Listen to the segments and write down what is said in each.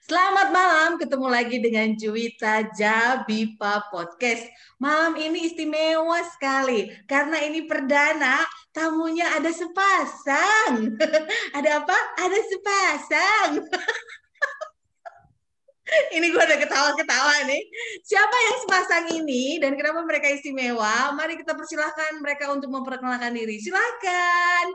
Selamat malam, ketemu lagi dengan Juwita Jabipa Podcast. Malam ini istimewa sekali karena ini perdana, tamunya ada sepasang. Ada apa? Ada sepasang. Ini gue udah ketawa-ketawa nih. Siapa yang sepasang ini dan kenapa mereka istimewa? Mari kita persilahkan mereka untuk memperkenalkan diri. Silakan.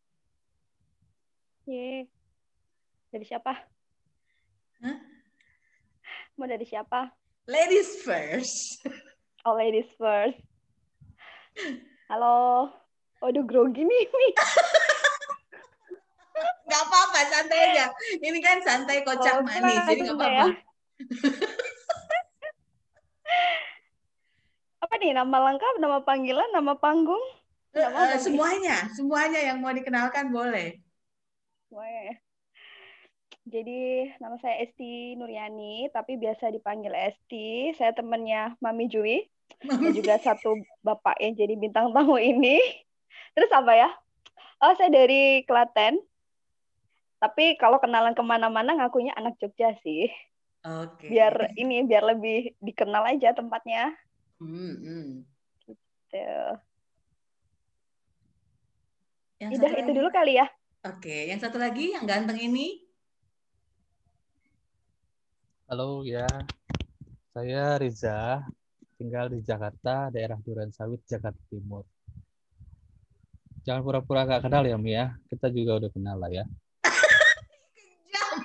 Ye, dari siapa? Hah? Mau dari siapa? Ladies first. Oh, ladies first. Halo. Waduh, grogi nih. Gak apa-apa, santai aja. Ini kan santai kocak Oh, manis, jadi gak santai apa-apa. ya. Apa nih? Nama lengkap, nama panggilan, nama panggung? Nama apa nih? Semuanya yang mau dikenalkan boleh. Weh. Jadi, nama saya Esti Nuryani, tapi biasa dipanggil Esti. Saya temannya Mami Jui. Dan Mami. juga satu bapak yang jadi bintang tamu ini. Terus apa ya? Oh, saya dari Klaten. Tapi kalau kenalan kemana-mana ngakunya anak Jogja sih. Oke. Biar lebih dikenal aja tempatnya. Hmm. Tuh. Yang Udah satu itu lagi. dulu kali ya. Oke, yang satu lagi yang ganteng ini. Halo ya, saya Riza, tinggal di Jakarta, daerah Durensawit, Jakarta Timur. Jangan pura-pura gak kenal ya, Mi ya. Kita juga udah kenal lah ya. Jam.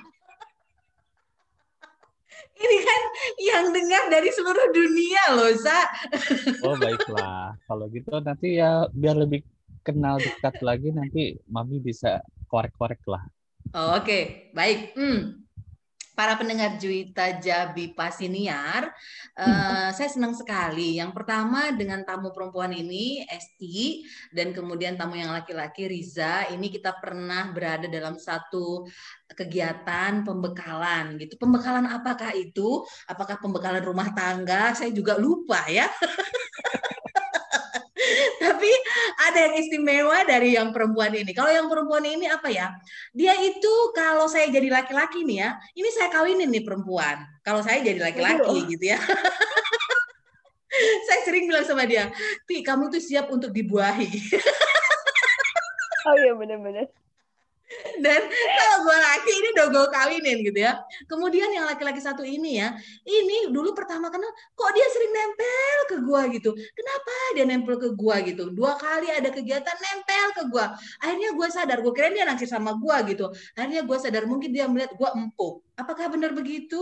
Ini kan yang dengar dari seluruh dunia loh, Sa. Oh baiklah, kalau gitu nanti ya biar lebih kenal dekat lagi, nanti Mami bisa korek-korek lah. Oh, oke, baik. Para pendengar Juwita Jabi Pasiniar, saya senang sekali. Yang pertama dengan tamu perempuan ini, Esti, dan kemudian tamu yang laki-laki, Riza. Ini kita pernah berada dalam satu kegiatan pembekalan gitu. Pembekalan apakah itu? Apakah pembekalan rumah tangga? Saya juga lupa ya. Tapi ada yang istimewa dari yang perempuan ini. Kalau yang perempuan ini apa ya? Dia itu kalau saya jadi laki-laki nih ya, ini saya kawinin nih perempuan. Kalau saya jadi Waduh. laki-laki gitu ya. Saya sering bilang sama dia, Ti, kamu tuh siap untuk dibuahi. Oh iya bener-bener. Dan kalau gue laki ini udah gue kawinin gitu ya. Kemudian yang laki-laki satu ini ya, ini dulu pertama kenal, kok dia sering nempel ke gue gitu. Kenapa dia nempel ke gue gitu? 2 kali ada kegiatan nempel ke gue. Akhirnya gue sadar, gue kira dia naksir sama gue gitu. Akhirnya gue sadar mungkin dia melihat gue empuk. Apakah benar begitu?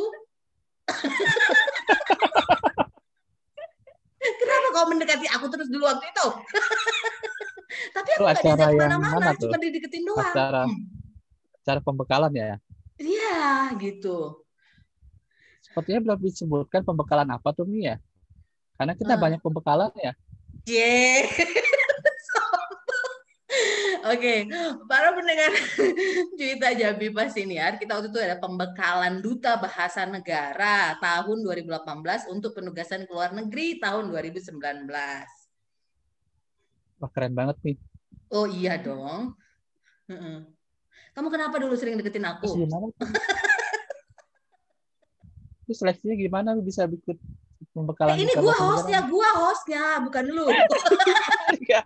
Kenapa kau mendekati aku terus dulu waktu itu? Tapi Itu aku nggak acara diajak yang kemana-mana, mana tuh? cuma dideketin doang. Acara acara pembekalan ya? Iya, gitu. Sepertinya belum disebutkan pembekalan apa tuh, Mi ya? Karena kita Hmm. banyak pembekalan ya. Cie. Oke, para pendengar Cerita Jabi Pasiniar, kita waktu itu ada pembekalan Duta Bahasa Negara tahun 2018 untuk penugasan ke luar negeri tahun 2019. Wah keren banget nih. Oh iya dong. Heeh. Kamu kenapa dulu sering deketin aku? Terus gimana tuh? Terus seleksinya gimana bisa ikut pembekalan Ini duta bahasa negara? gua hostnya, bukan lu. Enggak,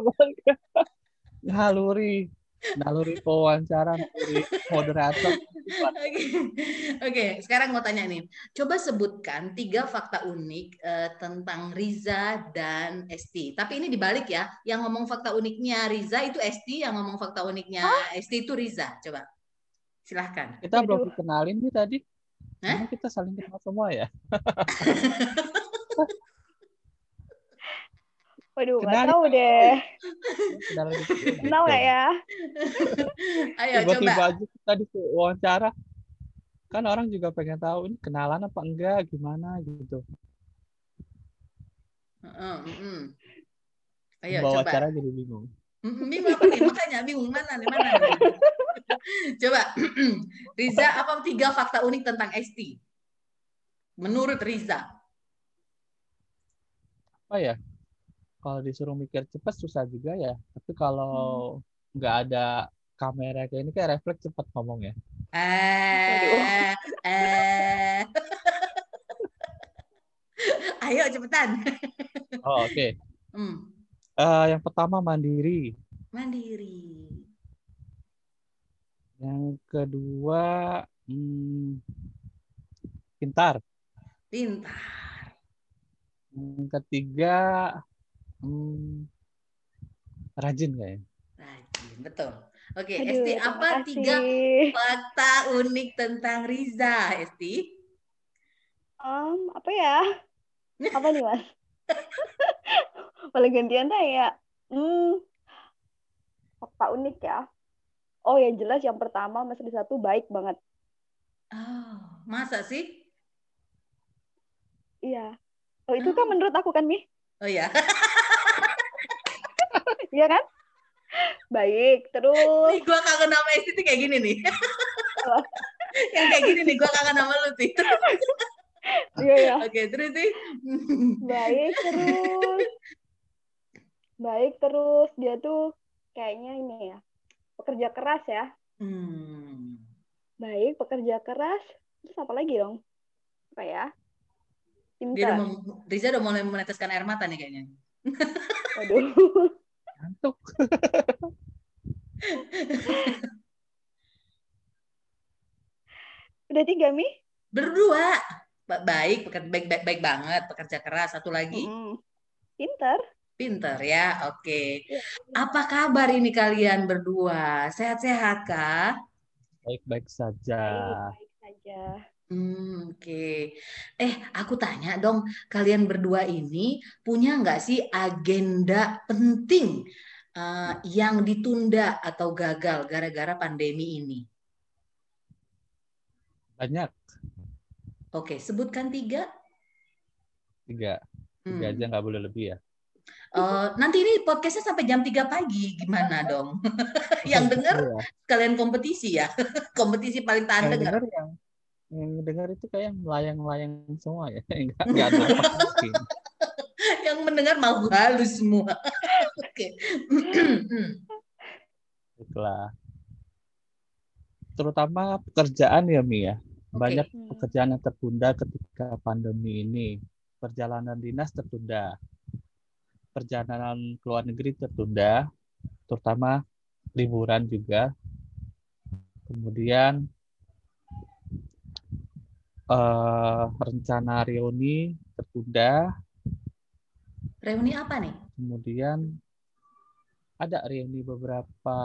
naluri, naluri pewawancara, naluri moderator. Oke, Oke, sekarang mau tanya nih. Coba sebutkan 3 fakta unik tentang Riza dan Esti. Tapi ini dibalik ya. Yang ngomong fakta uniknya Riza itu Esti, yang ngomong fakta uniknya Hah? Esti itu Riza. Coba, silahkan. Kita belum Waduh. dikenalin nih tadi. Memang Hah? kita saling kenal semua ya. Waduh, nggak Kenalin tahu dong. deh. Kenalan dulu Kenal nggak gitu. ya? Ayo coba. Tiba-tiba aja kita di wawancara. Kan orang juga pengen tahu ini kenalan apa enggak, gimana gitu. Ayo Pembawa coba. acara jadi bingung. Bingung apa nih? Makanya bingung mana nih. Coba, Riza, apa 3 fakta unik tentang Esti? Menurut Riza. Apa ya? Kalau disuruh mikir cepat susah juga ya. Tapi kalau Hmm. nggak ada kamera kayak ini kayak refleks cepat ngomong ya. Waduh. Eh. Ayo cepetan. Oh, oke. Hmm, Yang pertama mandiri. Mandiri. Yang kedua pintar. Pintar. Yang ketiga rajin kayaknya. Rajin, betul. Oke, Aduh, Esti, terima apa 3 kasih. fakta unik tentang Riza, Esti? Apa ya? Apa nih, Mas? Boleh gantian tanya. Fakta unik ya. Oh, yang jelas yang pertama Mas Risa tuh baik banget. Oh, masa sih? Iya. Oh, itu kan Oh, menurut aku kan, Mi? oh ya. Iya kan? Baik. Nih Terus gue kangen sama Esti tuh kayak gini nih. apa? Yang kayak gini nih gue kangen sama lu sih. Iya ya. Oke, terus sih. Baik terus. Baik terus. Dia tuh kayaknya ini ya. Pekerja keras ya. Hmm. Baik, pekerja keras. Terus apa lagi dong? Apa ya? Dia udah Pintar. mau, Riza udah mulai meneteskan air mata nih kayaknya. Waduh. Ngantuk. Udah 3, Mi? Berdua. Baik, baik, baik, baik banget, pekerja keras. Satu lagi, Mm-mm. Pintar. pinter ya. Oke. Iya, Apa pintar. kabar ini kalian berdua? Sehat-sehat kah? Baik-baik saja. Baik saja. Oke. Aku tanya dong, kalian berdua ini punya nggak sih agenda penting yang ditunda atau gagal gara-gara pandemi ini? Banyak. Oke, sebutkan 3. Tiga. Tiga aja Hmm. nggak boleh lebih ya. Nanti ini podcastnya sampai jam 3 pagi, gimana dong? Oh Yang denger gitu ya. kalian kompetisi ya, kompetisi paling tahan Yang denger. dengar yang dengar itu kayak melayang-layang semua ya. Nggak nafas mungkin. Yang mendengar mau halus semua. Oke. Itulah. Terutama pekerjaan ya Mi ya. Banyak Oke. pekerjaan yang tertunda ketika pandemi ini. Perjalanan dinas tertunda. Perjalanan ke luar negeri tertunda. Terutama liburan juga. Kemudian rencana reuni tertunda. Reuni apa nih? Kemudian ada reuni beberapa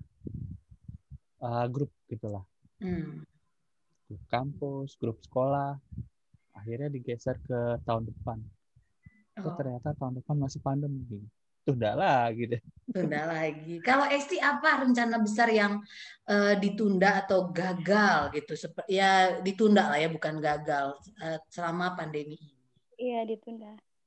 grup gitulah. Hmm. Grup kampus, grup sekolah. Akhirnya digeser ke tahun depan. Oh, Ternyata tahun depan masih pandemi. Tunda lagi deh. tunda lagi. Kalau Esti apa rencana besar yang ditunda atau gagal gitu? Ya ditunda lah ya, bukan gagal selama pandemi ini. Iya, ditunda.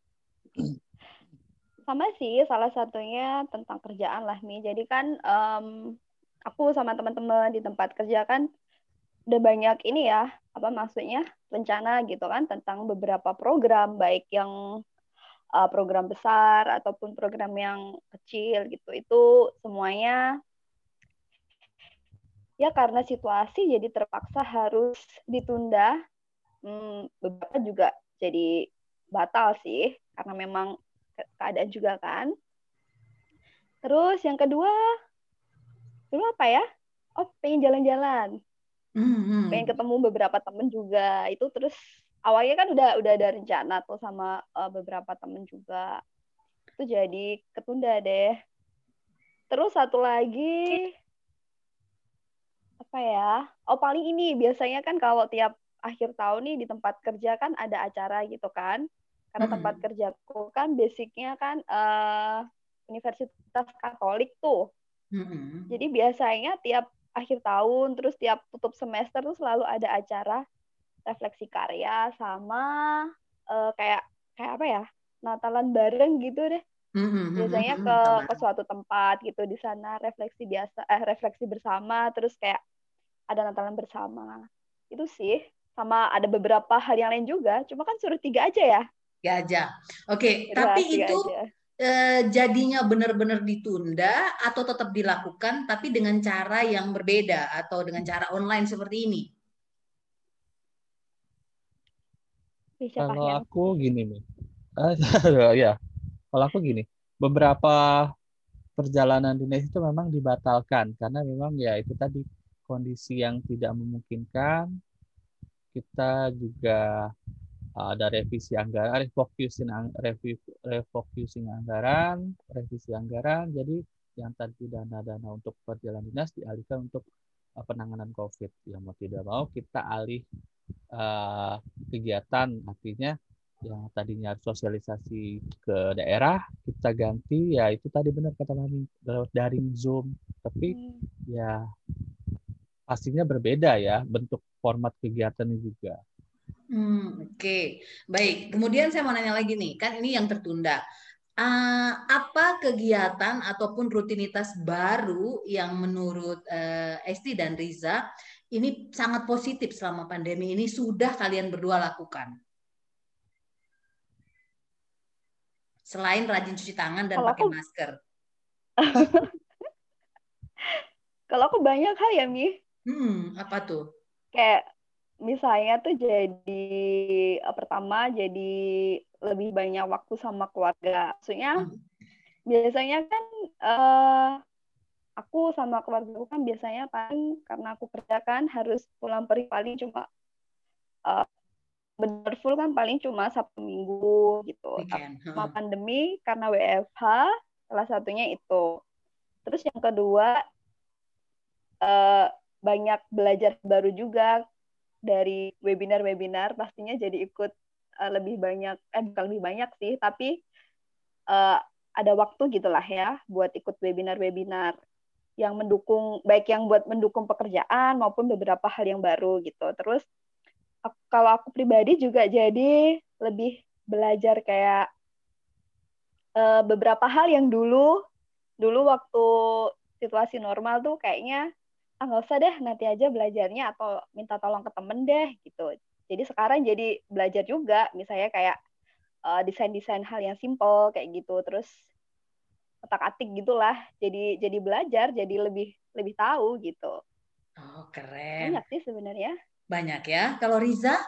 Sama sih, salah satunya tentang kerjaan lah, Mi. Jadi kan aku sama teman-teman di tempat kerja kan udah banyak ini ya, apa maksudnya, rencana gitu kan tentang beberapa program, baik yang program besar ataupun program yang kecil gitu. Itu semuanya ya karena situasi jadi terpaksa harus ditunda. Beberapa juga jadi batal sih, karena memang keadaan juga kan. Terus yang kedua, dulu apa ya? Oh, pengen jalan-jalan. Pengen Hmm. ketemu beberapa temen juga. Itu terus awalnya kan udah ada rencana tuh sama beberapa temen juga. Itu jadi ketunda deh. Terus satu lagi, apa ya? Oh, paling ini biasanya kan kalau tiap akhir tahun nih di tempat kerja kan ada acara gitu kan. Karena tempat Hmm. kerjaku kan basicnya kan Universitas Katolik tuh. Hmm. Jadi biasanya tiap akhir tahun, terus tiap tutup semester tuh selalu ada acara refleksi karya sama kayak kayak apa ya? Natalan bareng gitu deh. Biasanya ke Kabar. suatu tempat gitu, di sana refleksi bersama, terus kayak ada Natalan bersama. Itu sih. Sama ada beberapa hal yang lain juga, cuma kan suruh 3 aja ya. Ya aja. Oke, Gitu lah, tapi 3 itu aja. jadinya benar-benar ditunda atau tetap dilakukan tapi dengan cara yang berbeda atau dengan cara online seperti ini? Siapa Kalau yang aku gini nih, ya, kalau aku gini, beberapa perjalanan dinas itu memang dibatalkan karena memang ya itu tadi kondisi yang tidak memungkinkan. Kita juga ada revisi anggaran, refocusing anggaran, revisi anggaran. Jadi yang tadi dana-dana untuk perjalanan dinas dialihkan untuk penanganan COVID. Ya mau tidak mau kita alih kegiatan, artinya yang tadinya harus sosialisasi ke daerah kita ganti ya itu tadi benar kata Mami lewat daring Zoom, tapi ya pastinya berbeda ya bentuk format kegiatannya juga. Oke. Baik. Kemudian saya mau nanya lagi nih, kan ini yang tertunda. Apa kegiatan ataupun rutinitas baru yang menurut Esti dan Riza ini sangat positif selama pandemi ini sudah kalian berdua lakukan? Selain rajin cuci tangan dan Kalau pakai aku masker. kalau aku banyak hal ya, Mi. Apa tuh? Kayak misalnya tuh jadi pertama jadi lebih banyak waktu sama keluarga. Maksudnya biasanya kan aku sama keluarga aku kan biasanya paling karena aku kerja kan harus pulang pergi paling cuma bener full kan paling cuma Sabtu Minggu gitu. Weekend. Sama pandemi karena WFH salah satunya itu. Terus yang kedua banyak belajar baru juga dari webinar-webinar, pastinya jadi ikut lebih banyak, bukan lebih banyak sih, tapi ada waktu gitulah ya buat ikut webinar-webinar yang mendukung, baik yang buat mendukung pekerjaan maupun beberapa hal yang baru gitu. Terus kalau aku pribadi juga jadi lebih belajar kayak beberapa hal yang dulu waktu situasi normal tuh kayaknya nggak usah deh, nanti aja belajarnya atau minta tolong ke temen deh gitu. Jadi sekarang jadi belajar juga, misalnya kayak desain-desain hal yang simple kayak gitu, terus otak-atik gitulah. Jadi belajar, jadi lebih tahu gitu. Oh, keren. Banyak sih sebenarnya. Banyak ya. Kalau Riza?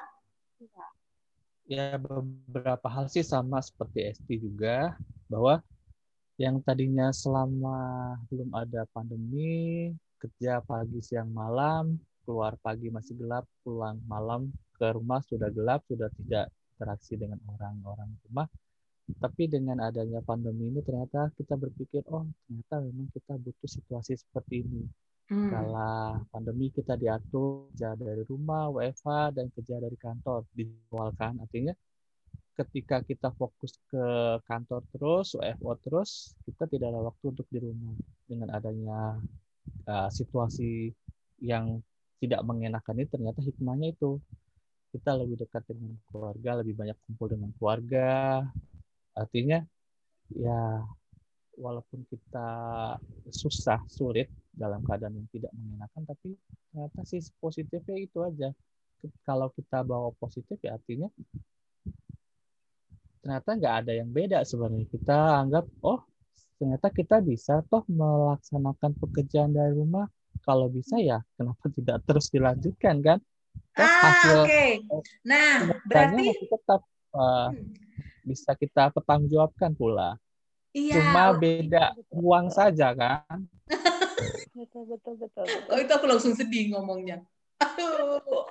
Ya beberapa hal sih sama seperti Esti juga, bahwa yang tadinya selama belum ada pandemi kerja pagi siang malam, keluar pagi masih gelap, pulang malam ke rumah sudah gelap, sudah tidak interaksi dengan orang-orang rumah. Tapi dengan adanya pandemi ini ternyata kita berpikir, oh ternyata memang kita butuh situasi seperti ini. Kala pandemi kita diatur kerja dari rumah, WFH, dan kerja dari kantor dijadwalkan. Artinya ketika kita fokus ke kantor terus, WFO terus, kita tidak ada waktu untuk di rumah. Dengan adanya situasi yang tidak mengenakan ini, ternyata hikmahnya itu kita lebih dekat dengan keluarga, lebih banyak kumpul dengan keluarga. Artinya ya walaupun kita sulit dalam keadaan yang tidak mengenakan, tapi ternyata sih positifnya itu aja. Kalau kita bawa positif ya artinya ternyata nggak ada yang beda sebenarnya. Kita anggap, oh ternyata kita bisa toh melaksanakan pekerjaan dari rumah. Kalau bisa ya kenapa tidak terus dilanjutkan kan? Hasil Okay. Nah, berarti masih tetap bisa kita pertanggungjawabkan pula. Iya. Cuma beda uang saja kan? Betul. Oh, itu aku langsung sedih ngomongnya. Aduh.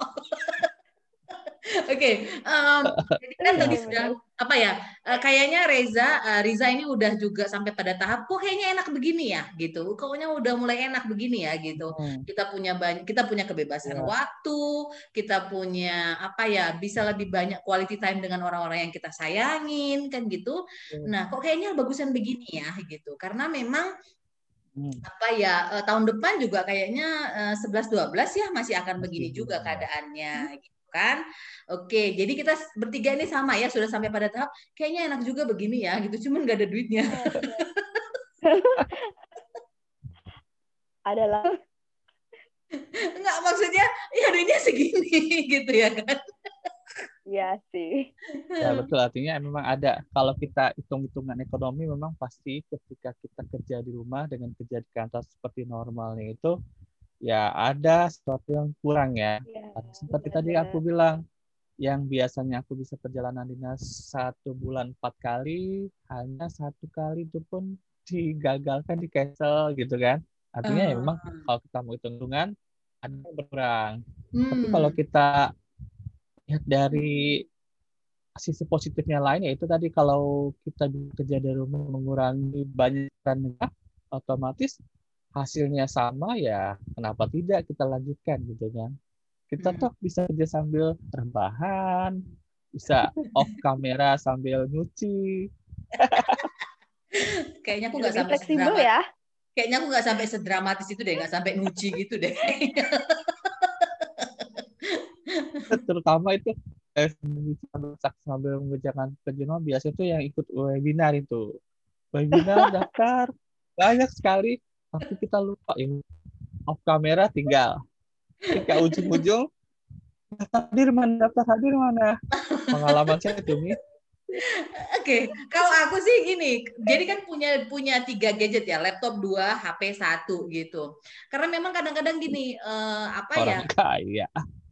Oke, jadi kan tadi sudah apa ya? Kayaknya Riza ini udah juga sampai pada tahap kok kayaknya enak begini ya gitu. Pokoknya udah mulai enak begini ya gitu. Kita punya kebebasan waktu, kita punya apa ya? Bisa lebih banyak quality time dengan orang-orang yang kita sayangin kan gitu. Nah, kok kayaknya bagusan begini ya gitu. Karena memang apa ya tahun depan juga kayaknya 11-12 ya masih akan begini juga keadaannya gitu kan. Oke, jadi kita bertiga ini sama ya sudah sampai pada tahap kayaknya enak juga begini ya gitu, cuman nggak ada duitnya. Adalah Enggak, maksudnya ya duitnya segini gitu ya kan. Iya sih. Ya betul, artinya memang ada. Kalau kita hitung-hitungan ekonomi memang pasti ketika kita kerja di rumah dengan kerja di kantor seperti normalnya itu, ya ada sesuatu yang kurang ya. Iya, Seperti tadi benar-benar. aku bilang, yang biasanya aku bisa perjalanan dinas 1 bulan 4 kali, hanya 1 kali itu pun digagalkan, di cancel gitu kan. Artinya ya memang Ah, kalau kita mau hitung-hitungan ada yang berkurang. Tapi kalau hmm. kita lihat dari sisi positifnya lain, yaitu tadi kalau kita bekerja dari rumah mengurangi banyak negara, otomatis hasilnya sama, ya kenapa tidak kita lanjutkan gitu kan. Kita Hmm. tuh bisa kerja sambil rebahan, bisa off kamera sambil nyuci. Kayaknya aku nggak Lebih sampai fleksibel sedramat. ya. Kayaknya aku nggak sampai sedramatis itu deh, nggak sampai nyuci gitu deh. Terutama itu sambil mengerjakan kerja rumah, biasanya tuh yang ikut webinar itu. Webinar daftar banyak sekali, tapi kita lupa ini off kamera tinggal. Ketika ujung-ujung daftar hadir mana? Pengalaman saya tuh Mi. Oke, kalau aku sih gini, jadi kan punya punya 3 gadget ya, laptop 2, HP 1 gitu. Karena memang kadang-kadang gini, apa Orang ya, kaya.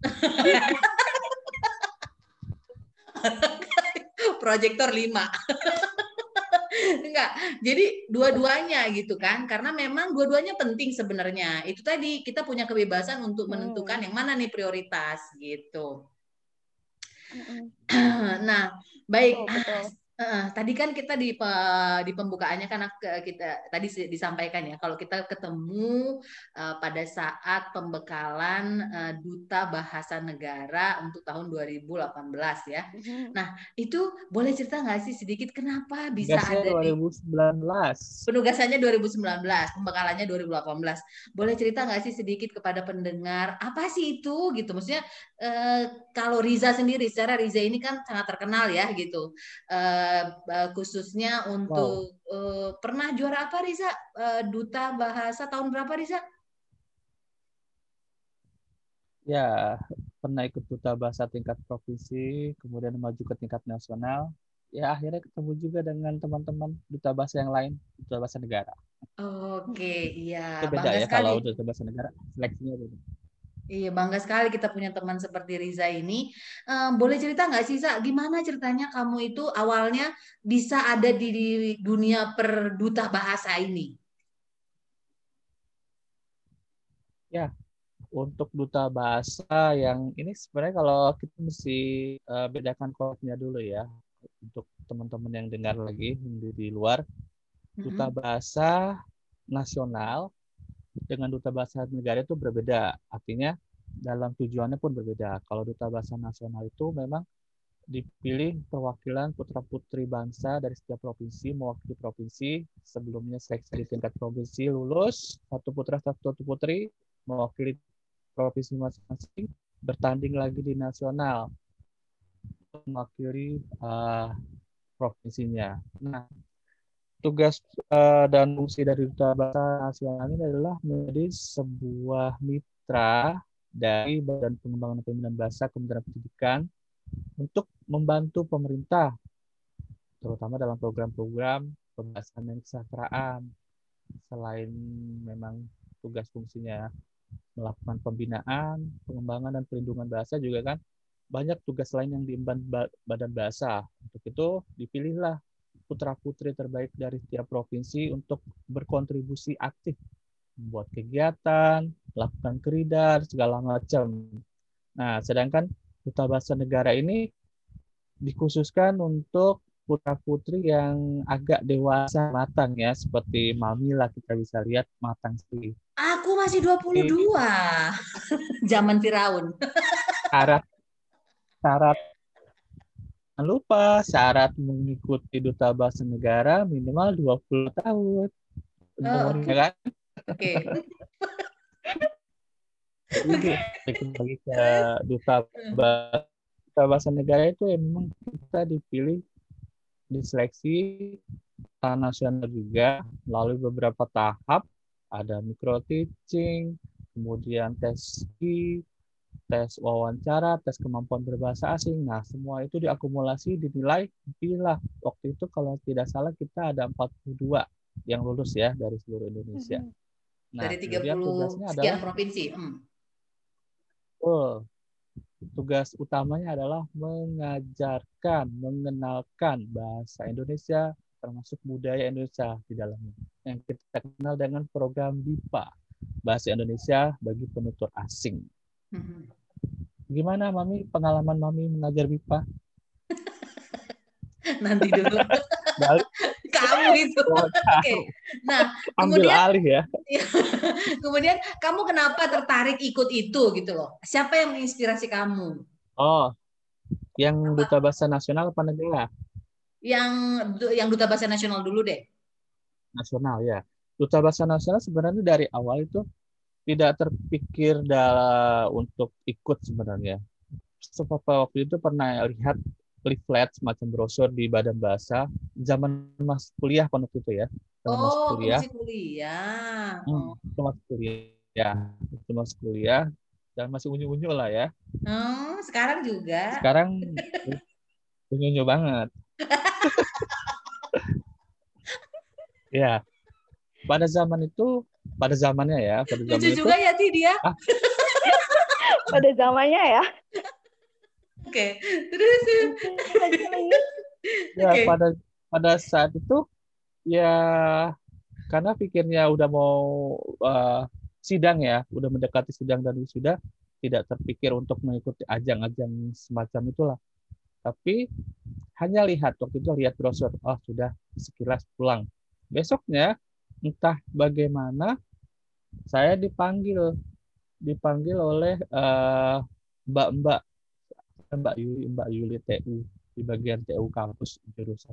proyektor 5. Enggak, jadi dua-duanya gitu kan, karena memang dua-duanya penting sebenarnya. Itu tadi kita punya kebebasan untuk menentukan Hmm. yang mana nih prioritas gitu. Mm-mm. Nah, baik. Betul, betul. Tadi kan kita di pembukaannya kan kita tadi disampaikan ya kalau kita ketemu pada saat pembekalan Duta Bahasa Negara untuk tahun 2018 ya. Mhm. Nah, itu boleh cerita nggak sih sedikit kenapa bisa Gasnya ada di 2019. penugasannya 2019, pembekalannya 2018. Boleh cerita nggak sih sedikit kepada pendengar apa sih itu gitu? Maksudnya kalau Riza sendiri, secara Riza ini kan sangat terkenal ya gitu. Khususnya Wow. untuk pernah juara apa Riza? Duta Bahasa tahun berapa Riza? Ya, pernah ikut duta bahasa tingkat provinsi, kemudian maju ke tingkat nasional. Ya, akhirnya ketemu juga dengan teman-teman duta bahasa yang lain, duta bahasa negara. Oke, iya, Itu beda bangga ya sekali. kalau duta bahasa negara, seleksinya beda. Iya, bangga sekali kita punya teman seperti Riza ini. Boleh cerita nggak sih, Sa, gimana ceritanya kamu itu awalnya bisa ada di dunia perduta bahasa ini? Ya, untuk duta bahasa yang ini sebenarnya kalau kita mesti bedakan kodenya dulu ya. Untuk teman-teman yang dengar lagi di luar, duta Mm-mm. bahasa nasional dengan duta bahasa negara itu berbeda. Artinya dalam tujuannya pun berbeda. Kalau duta bahasa nasional itu memang dipilih perwakilan putra-putri bangsa dari setiap provinsi mewakili provinsi. Sebelumnya seleksi di tingkat provinsi lulus, satu putra satu putri mewakili provinsi masing-masing, bertanding lagi di nasional mewakili provinsinya. Nah, tugas dan fungsi dari Duta Bahasa Nasional ini adalah menjadi sebuah mitra dari Badan Pengembangan dan Pembinaan Bahasa Kementerian Pendidikan untuk membantu pemerintah, terutama dalam program-program pembahasan dan kesejahteraan. Selain memang tugas fungsinya melakukan pembinaan, pengembangan, dan perlindungan bahasa juga kan banyak tugas lain yang diemban Badan Bahasa. Untuk itu dipilihlah putra-putri terbaik dari setiap provinsi untuk berkontribusi aktif membuat kegiatan, melakukan keridar, segala macam. Nah, sedangkan Duta Bahasa Negara ini dikhususkan untuk putra-putri yang agak dewasa matang ya, seperti Mami lah kita bisa lihat matang sih. Aku masih 22, zaman Firaun. Syarat syarat jangan lupa syarat mengikuti Duta Bahasa Negara minimal 20 tahun umurnya Oke, kan. oke. Jadi lagi ke duta duta bahasa negara itu ya memang kita dipilih diseleksi tanah nasional juga melalui beberapa tahap, ada micro teaching, kemudian tes tes wawancara, tes kemampuan berbahasa asing. Nah, semua itu diakumulasi, dinilai, dipilih. Waktu itu kalau tidak salah kita ada 42 yang lulus ya dari seluruh Indonesia. Nah, Dari kemudian 30 tugasnya sekian adalah, provinsi. tugas utamanya adalah mengajarkan, mengenalkan bahasa Indonesia, termasuk budaya Indonesia di dalamnya. Yang kita kenal dengan program BIPA, Bahasa Indonesia bagi Penutur Asing. Gimana Mami, pengalaman Mami mengajar BIPA? Nanti dulu. Balik. Kamu itu. Oke. Nah, Ambil kemudian alih ya. kemudian kamu kenapa tertarik ikut itu gitu loh? Siapa yang menginspirasi kamu? Oh, yang Duta Bahasa Nasional apa negara? Yang Duta Bahasa Nasional dulu deh. Nasional ya. Duta Bahasa Nasional sebenarnya dari awal itu tidak terpikir untuk ikut sebenarnya. Sebab waktu itu pernah lihat leaflet semacam brosur di Badan Bahasa zaman mas kuliah waktu itu ya. Zaman mas kuliah. Masih kuliah. Mas kuliah. Itu mas kuliah dan masih unyu-unyu lah ya. Sekarang juga. Sekarang unyu-unyu banget. Ya. Pada zamannya ya. Pada zaman Lucu itu, juga ya dia. Pada zamannya ya. Oke, terus. Ya, pada saat itu ya karena pikirnya udah mau sidang ya, udah mendekati sidang dan wisuda, tidak terpikir untuk mengikuti ajang-ajang semacam itulah. Tapi hanya lihat waktu itu lihat brosur, oh sudah sekilas pulang. Besoknya entah bagaimana saya dipanggil oleh Mbak Yuli TU di bagian TU kampus jurusan.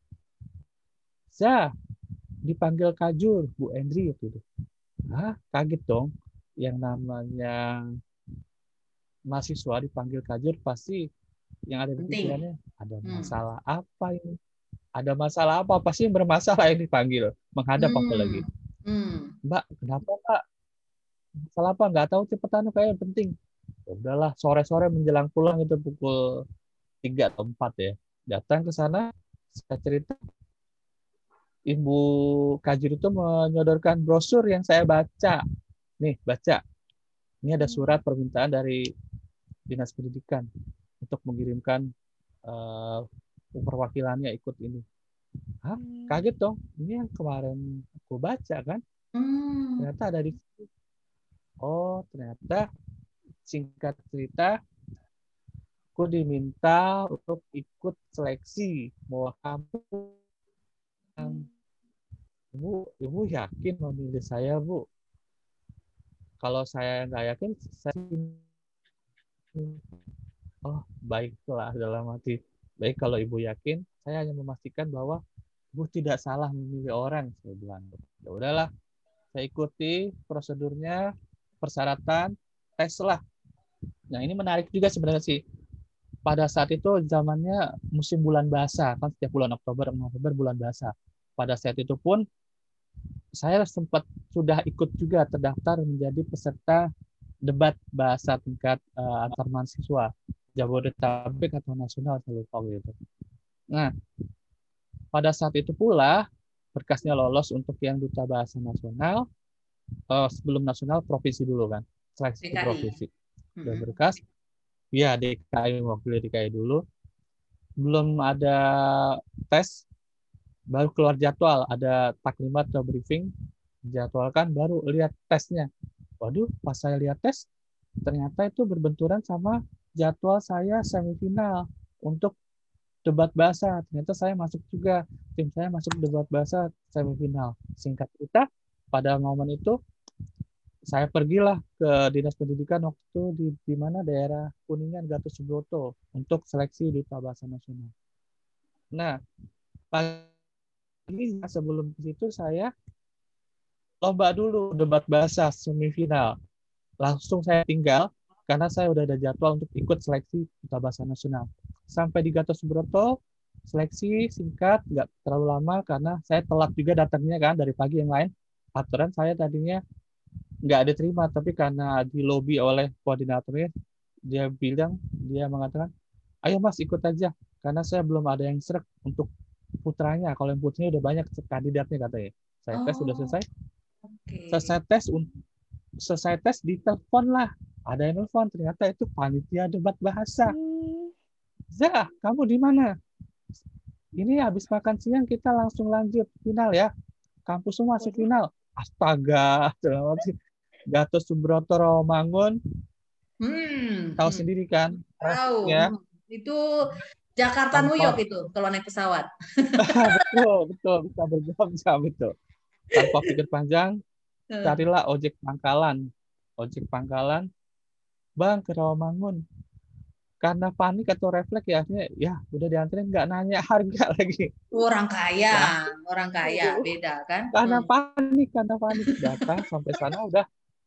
Dipanggil Kajur, Bu Endri itu. Kaget dong. Yang namanya mahasiswa dipanggil Kajur pasti yang ada di pikirannya ada masalah apa ini? Ada masalah apa? Pasti yang bermasalah yang dipanggil. Menghadap apa lagi? Mbak, kenapa Pak? Masalah apa? Nggak tahu, cepetan kayak penting. Ya udahlah, sore-sore menjelang pulang itu pukul 3 atau 4 ya. Datang ke sana, saya cerita. Ibu Kajur itu menyodorkan brosur yang saya baca. Nih, baca. Ini ada surat permintaan dari Dinas Pendidikan untuk mengirimkan perwakilannya ikut ini. Kaget dong. Ini yang kemarin aku baca kan. Ternyata ada di situ. Oh, ternyata singkat cerita aku diminta untuk ikut seleksi bahwa kamu Ibu yakin memilih saya, Bu? Kalau saya nggak yakin, oh baiklah dalam hati. Baik kalau Ibu yakin, saya hanya memastikan bahwa Ibu tidak salah memilih orang. Saya bilang, ya udahlah, saya ikuti prosedurnya, persyaratan, tes lah. Nah ini menarik juga sebenarnya sih. Pada saat itu zamannya musim bulan bahasa, kan setiap bulan Oktober, November bulan bahasa. Pada saat itu pun saya sempat sudah ikut juga terdaftar menjadi peserta debat bahasa tingkat antar mahasiswa Jabodetabek atau nasional saya lupa gitu. Nah, pada saat itu pula berkasnya lolos untuk yang Duta Bahasa Nasional, sebelum nasional provinsi dulu kan, seleksi provinsi. Dan berkas, ya DKI mewakili DKI dulu. Belum ada tes, baru keluar jadwal, ada taklimat atau briefing, jadwalkan, baru lihat tesnya. Waduh, pas saya lihat tes, ternyata itu berbenturan sama jadwal saya semifinal untuk debat bahasa. Ternyata saya masuk juga, tim saya masuk debat bahasa semifinal. Singkat cerita, pada momen itu, saya pergilah ke Dinas Pendidikan waktu itu di mana daerah Kuningan, Gatot Subroto, untuk seleksi Duta Bahasa Nasional. Nah, pagi sebelum ke situ saya lomba dulu debat bahasa semifinal. Langsung saya tinggal karena saya udah ada jadwal untuk ikut seleksi Duta Bahasa Nasional. Sampai di Gatot Subroto, seleksi singkat, nggak terlalu lama karena saya telat juga datangnya kan dari pagi yang lain. Aturan saya tadinya nggak diterima, tapi karena di lobby oleh koordinatornya dia mengatakan, ayo Mas ikut aja, karena saya belum ada yang srek untuk putranya. Kalau yang putranya udah banyak kandidatnya katanya. Saya tes sudah Oh, selesai. oke. Selesai tes ditelepon lah. Ada yang telepon, ternyata itu panitia debat bahasa. Zah, kamu di mana? Ini habis makan siang kita langsung lanjut final ya. Kampus semua masuk Waduh. final. Astaga, Gatot Subroto Rawamangun, tahu Hmm. sendiri kan, Tahu. trafficnya Itu Jakarta New York tanpa itu kalau naik pesawat. betul bisa berjam-jam itu. Tanpa pikir panjang, Eh. carilah ojek pangkalan, Bang ke Rawamangun. Karena panik atau refleks ya, akhirnya ya udah dianterin, nggak nanya harga lagi. Lah, Orang kaya Waduh. beda kan? karena panik datang sampai sana udah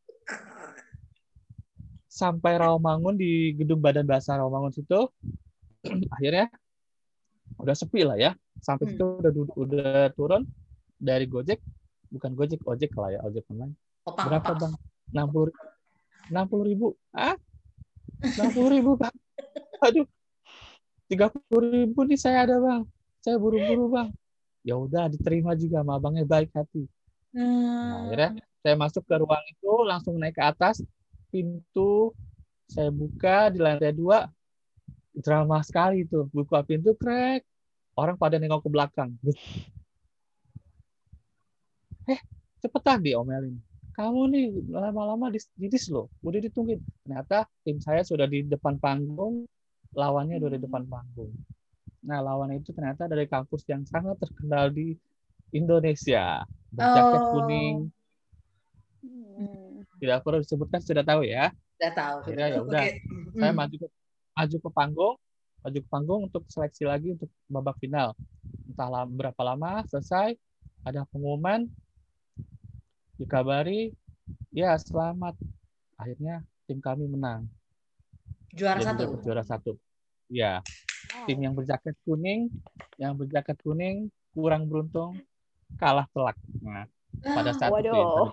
sampai Rawamangun di gedung Badan Bahasa Rawamangun situ, akhirnya udah sepi lah ya. Sampai situ Hmm. udah turun dari Gojek, bukan Gojek, ojek lah ya, ojek online. Berapa Opang. Bang? 60.000. Ah, 60.000 Bang. Aduh, 30.000 nih saya ada Bang. Saya buru-buru Bang. Ya udah diterima juga sama abangnya, baik hati. Nah, akhirnya saya masuk ke ruang itu, langsung naik ke atas, pintu saya buka di lantai 2, drama sekali tuh, buka pintu krek, orang pada nengok ke belakang. Cepetan diomelin. Kamu nih lama-lama didis loh, udah ditungguin. Ternyata tim saya sudah di depan panggung, lawannya udah di depan panggung. Nah, lawan itu ternyata dari kampus yang sangat terkenal di Indonesia, berjaket Oh, kuning, tidak perlu disebutkan, sudah tahu ya. udah tahu, sudah Akhirnya tahu. ya udah, Oke. saya Hmm. maju ke panggung untuk seleksi lagi untuk babak final. Entah berapa lama selesai, ada pengumuman, dikabari, ya selamat. Akhirnya tim kami menang, Juara jadi dapat satu. juara 1. Ya, tim Wow. yang berjaket kuning kurang beruntung, kalah telak. Nah, pada Ah, saat itu ya Waduh. tadi.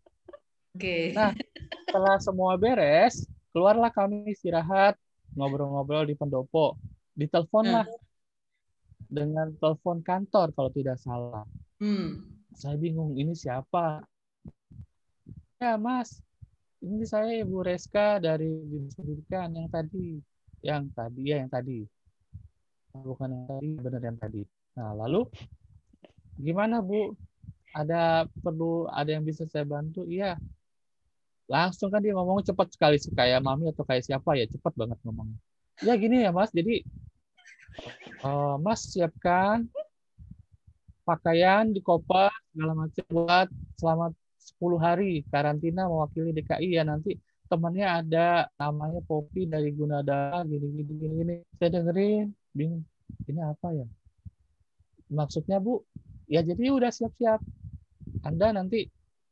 oke. Nah, setelah semua beres, keluarlah kami istirahat, ngobrol-ngobrol di pendopo. Diteleponlah Hmm. dengan telepon kantor kalau tidak salah. Hmm. Saya bingung, ini siapa? Ya, Mas, ini saya Ibu Reska dari Dinas Pendidikan yang tadi. Bukan yang tadi, benar yang tadi. Nah, lalu gimana Bu? Ada yang bisa saya bantu? Iya. Langsung kan dia ngomong cepat sekali, kayak mami atau kayak siapa ya, cepat banget ngomongnya. Ya gini ya Mas, jadi Mas siapkan pakaian di koper segala macam buat selama 10 hari karantina mewakili DKI ya, nanti temannya ada namanya Poppy dari Gunadara gini. Saya dengerin bingung, ini apa ya maksudnya Bu? Ya jadi udah siap-siap, Anda nanti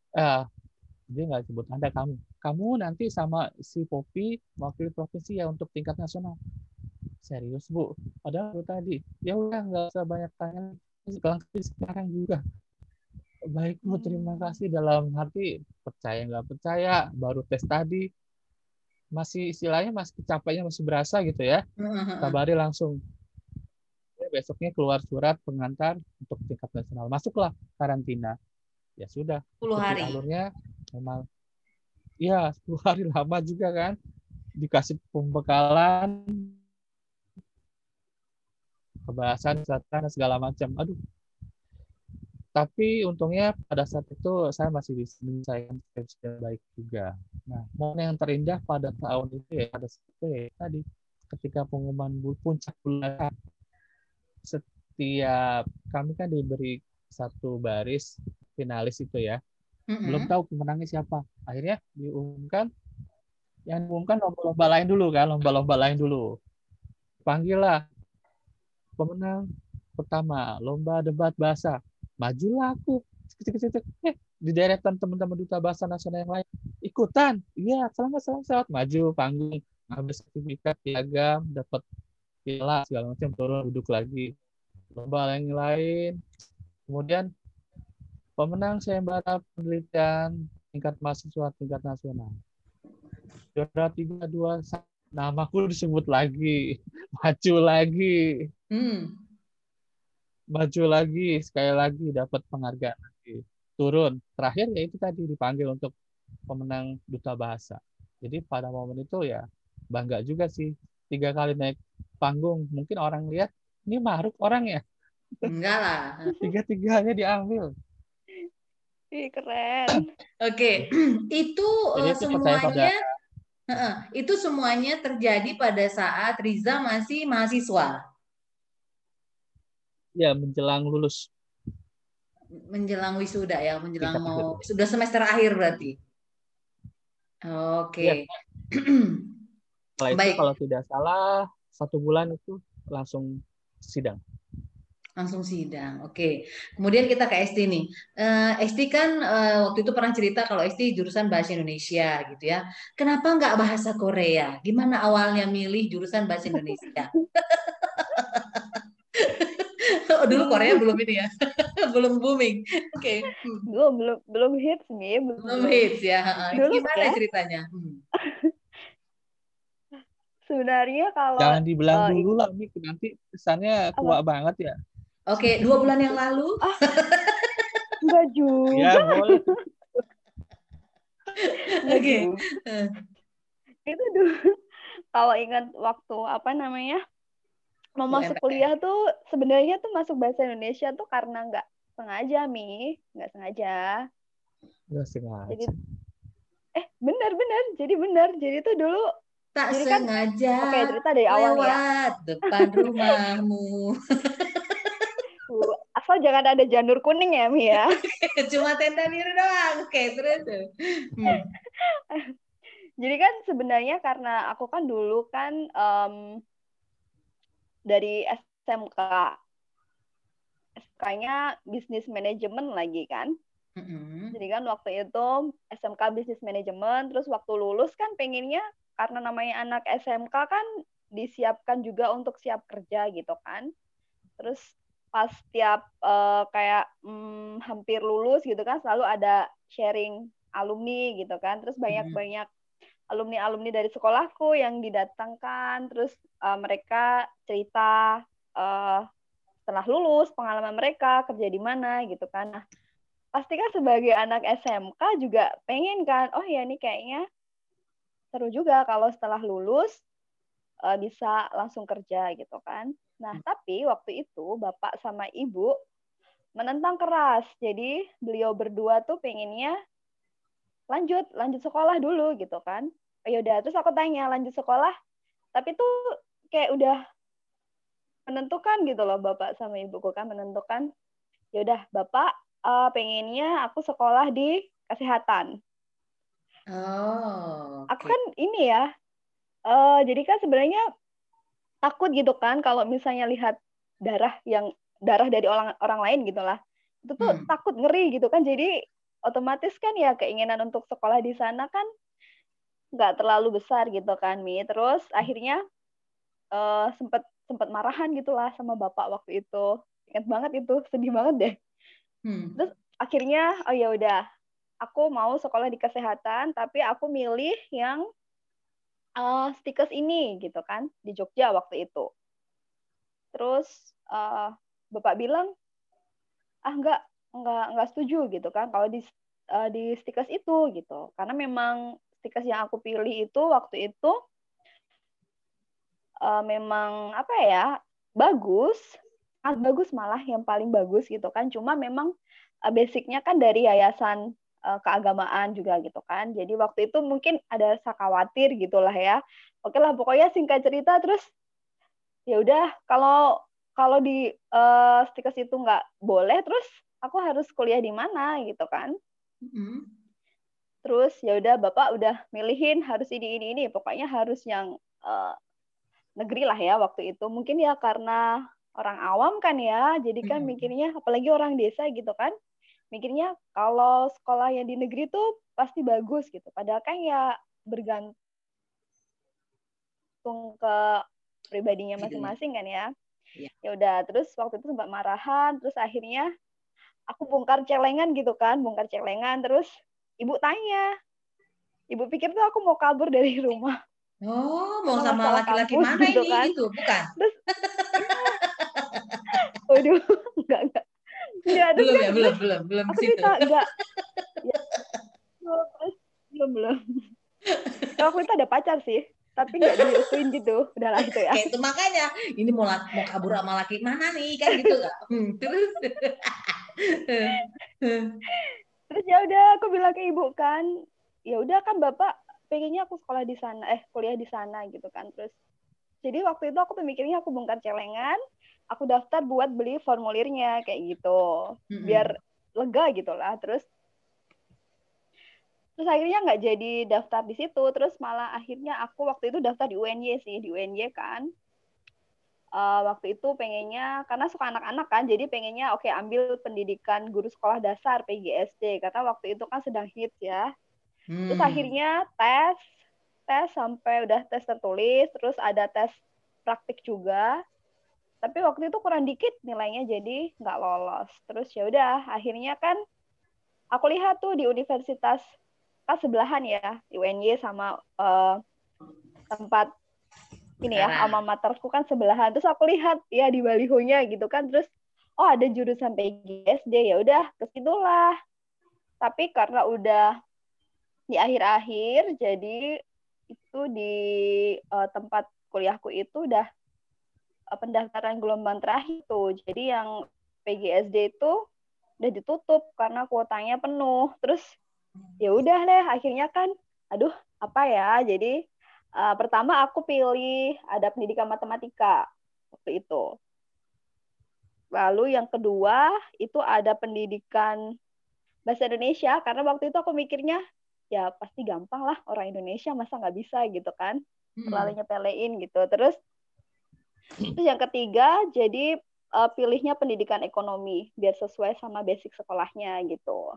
dia nggak sebut Anda, kamu nanti sama si Poppy mewakili provinsi ya untuk tingkat nasional. Serius Bu, padahal tadi ya udah nggak usah banyak tanya, sekarang juga. Baik Bu, terima kasih. Dalam hati percaya nggak percaya, baru tes tadi masih istilahnya masih capeknya masih berasa gitu ya. Kabari langsung besoknya keluar surat pengantar untuk tingkat nasional. Masuklah karantina. Ya sudah, 10 ikuti hari. alurnya. Memang ya 10 hari lama juga kan. Dikasih pembekalan, kebahasan, dan segala macam. Aduh, tapi untungnya pada saat itu saya masih bisa menyelesaikan skripsi dengan baik juga. Nah, momen yang terindah pada tahun itu ya, pada saat itu ya, tadi ketika pengumuman puncak bulan, setiap kami kan diberi satu baris finalis itu ya, belum tahu pemenangnya siapa. Akhirnya diumumkan lomba-lomba lain dulu kan, lomba-lomba lain dulu. Panggil lah pemenang pertama lomba debat bahasa, majulah aku, di deretan teman-teman duta bahasa nasional yang lain ikutan, iya selamat maju panggung, ngambil sertifikat piagam, dapat piala segala macam, turun duduk lagi lomba yang lain. Kemudian pemenang sayembara penelitian tingkat mahasiswa tingkat nasional, juara 3, 2, 1, namaku disebut lagi, maju lagi, Hmm. maju lagi, sekali lagi dapat penghargaan lagi, turun. Terakhir ya itu tadi dipanggil untuk pemenang duta bahasa. Jadi pada momen itu ya bangga juga sih, 3 kali naik panggung. Mungkin orang lihat ini Maruk orang ya, Enggak lah. 3-3-nya diambil. Ih, keren. Oke, itu Jadi itu percaya pada semuanya itu semuanya terjadi pada saat Riza masih mahasiswa, ya menjelang lulus menjelang wisuda ya, menjelang tingkat akhir. mau sudah semester akhir berarti. Ya, Oke. setelah itu Baik, kalau tidak salah 1 bulan itu langsung sidang. langsung sidang. Oke. Kemudian kita ke Esti nih. Esti kan waktu itu pernah cerita kalau Esti jurusan bahasa Indonesia gitu ya. Kenapa nggak bahasa Korea? Gimana awalnya milih jurusan bahasa Indonesia? Oh, dulu Korea belum ini ya, belum booming. Oke. Belum hits nih, Belum belum. hits ya. Itu Dulu gimana ya, ceritanya? sebenarnya kalau Jangan dibilang eh, dulu lah, Mik. Nanti kesannya tua apa? banget ya. Oke, 2 bulan yang lalu. Ah, enggak Ya, juga, boleh. enggak Oke. juga. Itu dulu kalau ingat waktu apa namanya mau masuk UMTS. kuliah tuh sebenarnya tuh masuk bahasa Indonesia tuh karena nggak sengaja nggak sengaja. Nggak Jadi sengaja. benar-benar jadi benar. Jadi tuh dulu Tak jadi kan sengaja oke cerita dari awal nih ya. lewat depan rumahmu. Asal jangan ada janur kuning ya Mi ya. Cuma tenda biru doang. Oke, terus. Hmm. Jadi kan sebenarnya karena aku kan dulu kan dari SMK, SMK-nya bisnis manajemen lagi kan. Mm-mm. Jadi kan waktu itu SMK bisnis manajemen, terus waktu lulus kan pengennya karena namanya anak SMK kan disiapkan juga untuk siap kerja gitu kan. Terus pas tiap kayak hampir lulus gitu kan selalu ada sharing alumni gitu kan. Terus Mm-mm. banyak-banyak alumni-alumni dari sekolahku yang didatangkan, terus mereka cerita setelah lulus pengalaman mereka kerja di mana gitu kan. Nah, pasti kan sebagai anak SMK juga pengen kan, oh ya ini kayaknya seru juga kalau setelah lulus bisa langsung kerja gitu kan. Nah, tapi waktu itu bapak sama ibu menentang keras. Jadi beliau berdua tuh pengennya lanjut sekolah dulu gitu kan. Oh, yaudah, terus aku tanya lanjut sekolah, tapi tuh kayak udah menentukan gitu loh bapak sama ibuku kan menentukan. Yaudah, bapak pengennya aku sekolah di kesehatan. Oh, Aku oke. kan ini ya, jadi kan sebenarnya takut gitu kan kalau misalnya lihat darah dari orang orang lain gitulah. Itu tuh Hmm. takut ngeri gitu kan. Jadi otomatis kan ya keinginan untuk sekolah di sana kan nggak terlalu besar gitu kan Mi. Terus akhirnya sempet sempet marahan gitulah sama bapak waktu itu. Ingat banget itu, sedih banget deh. Hmm. Terus akhirnya oh ya udah, aku mau sekolah di kesehatan tapi aku milih yang stikes ini gitu kan di Jogja waktu itu. Terus bapak bilang ah nggak setuju gitu kan kalau di stikes itu gitu karena memang stikes yang aku pilih itu waktu itu memang apa ya bagus sangat bagus malah yang paling bagus gitu kan cuma memang basicnya kan dari yayasan keagamaan juga gitu kan jadi waktu itu mungkin ada rasa khawatir gitulah ya oke lah pokoknya singkat cerita terus ya udah kalau kalau di stikes itu nggak boleh terus aku harus kuliah di mana gitu kan Mm-mm. terus ya udah bapak udah milihin harus ini pokoknya harus yang negeri lah ya waktu itu mungkin ya karena orang awam kan ya jadi kan Mm-mm. mikirnya apalagi orang desa gitu kan mikirnya kalau sekolah yang di negeri tuh pasti bagus gitu padahal kan ya bergantung ke pribadinya Idenya. masing-masing kan ya Ya. ya udah terus waktu itu sempat marahan terus akhirnya aku bongkar celengan gitu kan bongkar celengan terus ibu tanya ibu pikir tuh aku mau kabur dari rumah Oh, mau karena sama masalah laki-laki kampus mana gitu ini kan. gitu, bukan? Terus waduh, enggak. Terus Belum kan ya, belum ke aku situ. cerita enggak, ya, terus belum. Waktu itu ada pacar sih, tapi nggak direstuin gitu. Udahlah itu ya. Kayak itu makanya ini mau kabur sama laki mana nih kan gitu nggak? Terus Terus ya udah aku bilang ke ibu kan, ya udah kan bapak pengennya aku sekolah di sana, kuliah di sana gitu kan. Terus jadi waktu itu aku pemikirnya aku bongkar celengan, aku daftar buat beli formulirnya kayak gitu, biar lega gitu lah. Terus akhirnya nggak jadi daftar di situ, terus malah akhirnya aku waktu itu daftar di UNY sih, di UNY kan. Waktu itu pengennya karena suka anak-anak kan, jadi pengennya oke ambil pendidikan guru sekolah dasar PGSD karena waktu itu kan sedang hits ya. Terus akhirnya tes sampai udah tes tertulis, terus ada tes praktik juga. Tapi waktu itu kurang dikit nilainya jadi nggak lolos. Terus ya udah akhirnya kan aku lihat tuh di universitas kan sebelahan ya, UNY sama tempat ini ya, alma materku kan sebelahan. Terus aku lihat ya di balihonya gitu kan, terus oh ada jurusan PGSD, ya udah ke situlah. Tapi karena udah di akhir-akhir, jadi itu di tempat kuliahku itu udah pendaftaran gelombang terakhir tuh. Jadi yang PGSD itu udah ditutup karena kuotanya penuh. Terus ya udah deh, akhirnya kan aduh apa ya, jadi pertama aku pilih ada pendidikan matematika waktu itu. Lalu yang kedua itu ada pendidikan bahasa Indonesia, karena waktu itu aku mikirnya ya pasti gampang lah, orang Indonesia masa nggak bisa gitu kan, terlalu nyepelein gitu. Terus yang ketiga jadi pilihnya pendidikan ekonomi biar sesuai sama basic sekolahnya gitu.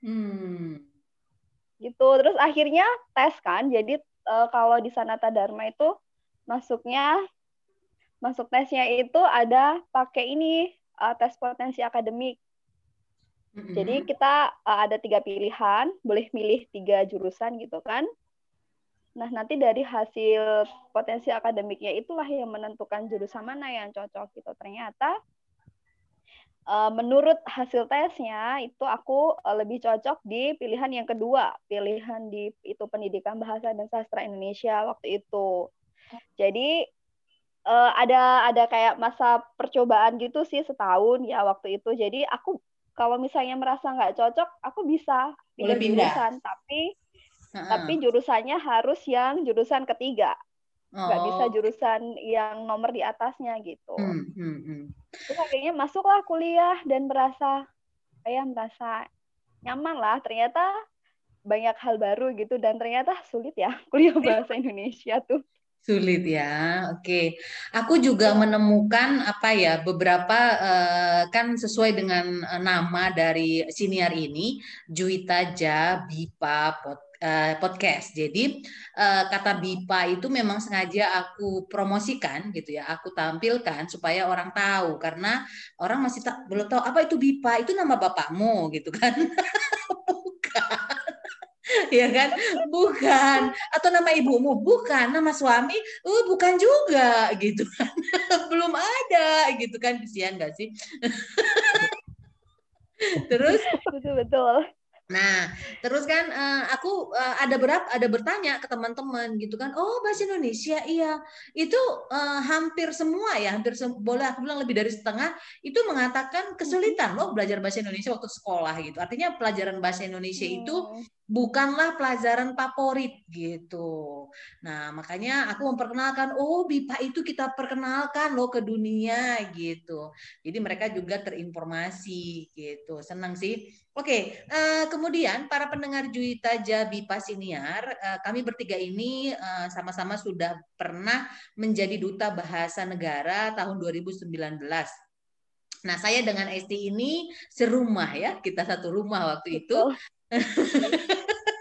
Gitu. Terus akhirnya tes kan, jadi kalau di Sanata Dharma itu masuk tesnya itu ada pakai ini tes potensi akademik. Jadi kita ada 3 pilihan, boleh milih 3 jurusan gitu kan. Nah nanti dari hasil potensi akademiknya itulah yang menentukan jurusan mana yang cocok gitu. Ternyata menurut hasil tesnya itu aku lebih cocok di pilihan yang kedua, pilihan di itu pendidikan bahasa dan sastra Indonesia waktu itu. Jadi ada kayak masa percobaan gitu sih setahun ya waktu itu. Jadi aku kalau misalnya merasa nggak cocok, aku bisa pindah jurusan, tapi jurusannya harus yang jurusan ketiga. Nggak bisa jurusan yang nomor di atasnya gitu. Terus akhirnya masuklah kuliah dan merasa nyaman lah. Ternyata banyak hal baru gitu, dan ternyata sulit ya kuliah bahasa Indonesia tuh. Sulit ya, oke. Aku juga menemukan beberapa kan sesuai dengan nama dari siniar ini, Juwita Ja Bipa Podcast. Jadi kata Bipa itu memang sengaja aku promosikan gitu ya, aku tampilkan supaya orang tahu, karena orang masih belum tahu apa itu Bipa, itu nama bapakmu gitu kan. Ya kan, bukan, atau nama ibumu, bukan, nama suami, bukan juga gitu kan. Belum ada gitu kan, kesian nggak sih? Terus betul. Nah, terus kan aku ada bertanya ke teman-teman gitu kan, oh bahasa Indonesia, iya, itu hampir semua ya, boleh aku bilang lebih dari setengah itu mengatakan kesulitan loh belajar bahasa Indonesia waktu sekolah gitu. Artinya pelajaran bahasa Indonesia itu bukanlah pelajaran favorit gitu. Nah, makanya aku memperkenalkan, oh BIPA itu kita perkenalkan loh ke dunia gitu. Jadi mereka juga terinformasi gitu, senang sih. Oke, kemudian para pendengar Juwita Ja Bipa Siniar, kami bertiga ini sama-sama sudah pernah menjadi duta bahasa negara tahun 2019. Nah, saya dengan Esti ini serumah ya, kita satu rumah waktu itu.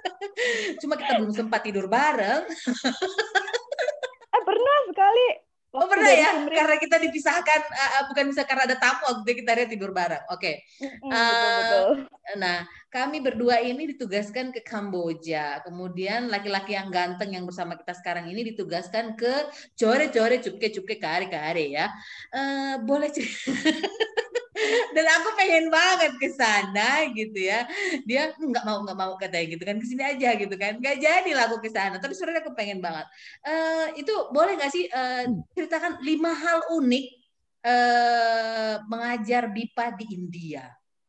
Cuma kita belum sempat tidur bareng. Pernah sekali. Oh waktu pernah dari ya, Sumrit. karena kita dipisahkan, bukan bisa karena ada tamu waktu itu kita tidur bareng. Oke. Betul. Nah, kami berdua ini ditugaskan ke Kamboja. Kemudian laki-laki yang ganteng yang bersama kita sekarang ini ditugaskan ke Core-core cupke-cupke kare-kare ya. Boleh dan aku pengen banget ke sana gitu ya. Dia nggak mau katanya gitu kan, kesini aja gitu kan. Nggak jadi lah aku ke sana. Tapi sebenarnya aku pengen banget. Itu boleh nggak sih ceritakan 5 hal unik mengajar BIPA di India?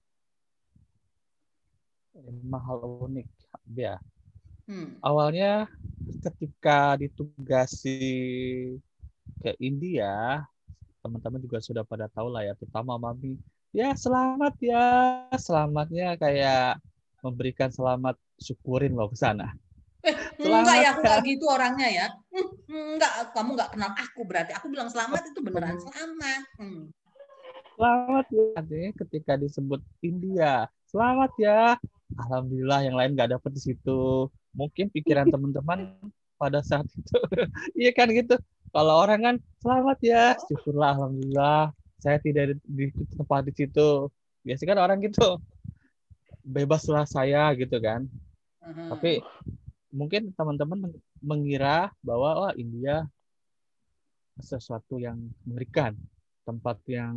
5 hal unik ya. Hmm. Awalnya ketika ditugasi ke India, teman-teman juga sudah pada tahu lah ya, terutama Mami. Ya selamat ya, selamatnya kayak memberikan selamat syukurin loh ke sana. Enggak Selamat ya, aku ya. nggak gitu orangnya ya. Enggak, kamu nggak kenal aku berarti. Aku bilang selamat itu beneran selamat. Selamat ya. Artinya ketika disebut India, selamat ya. Alhamdulillah yang lain nggak dapet di situ. Mungkin pikiran teman-teman pada saat itu, iya kan gitu. Kalau orang kan selamat ya, syukurlah alhamdulillah. Saya tidak di tempat di situ. Biasanya kan orang gitu, bebaslah saya gitu kan. Tapi mungkin teman-teman mengira bahwa oh, India sesuatu yang mengerikan, tempat yang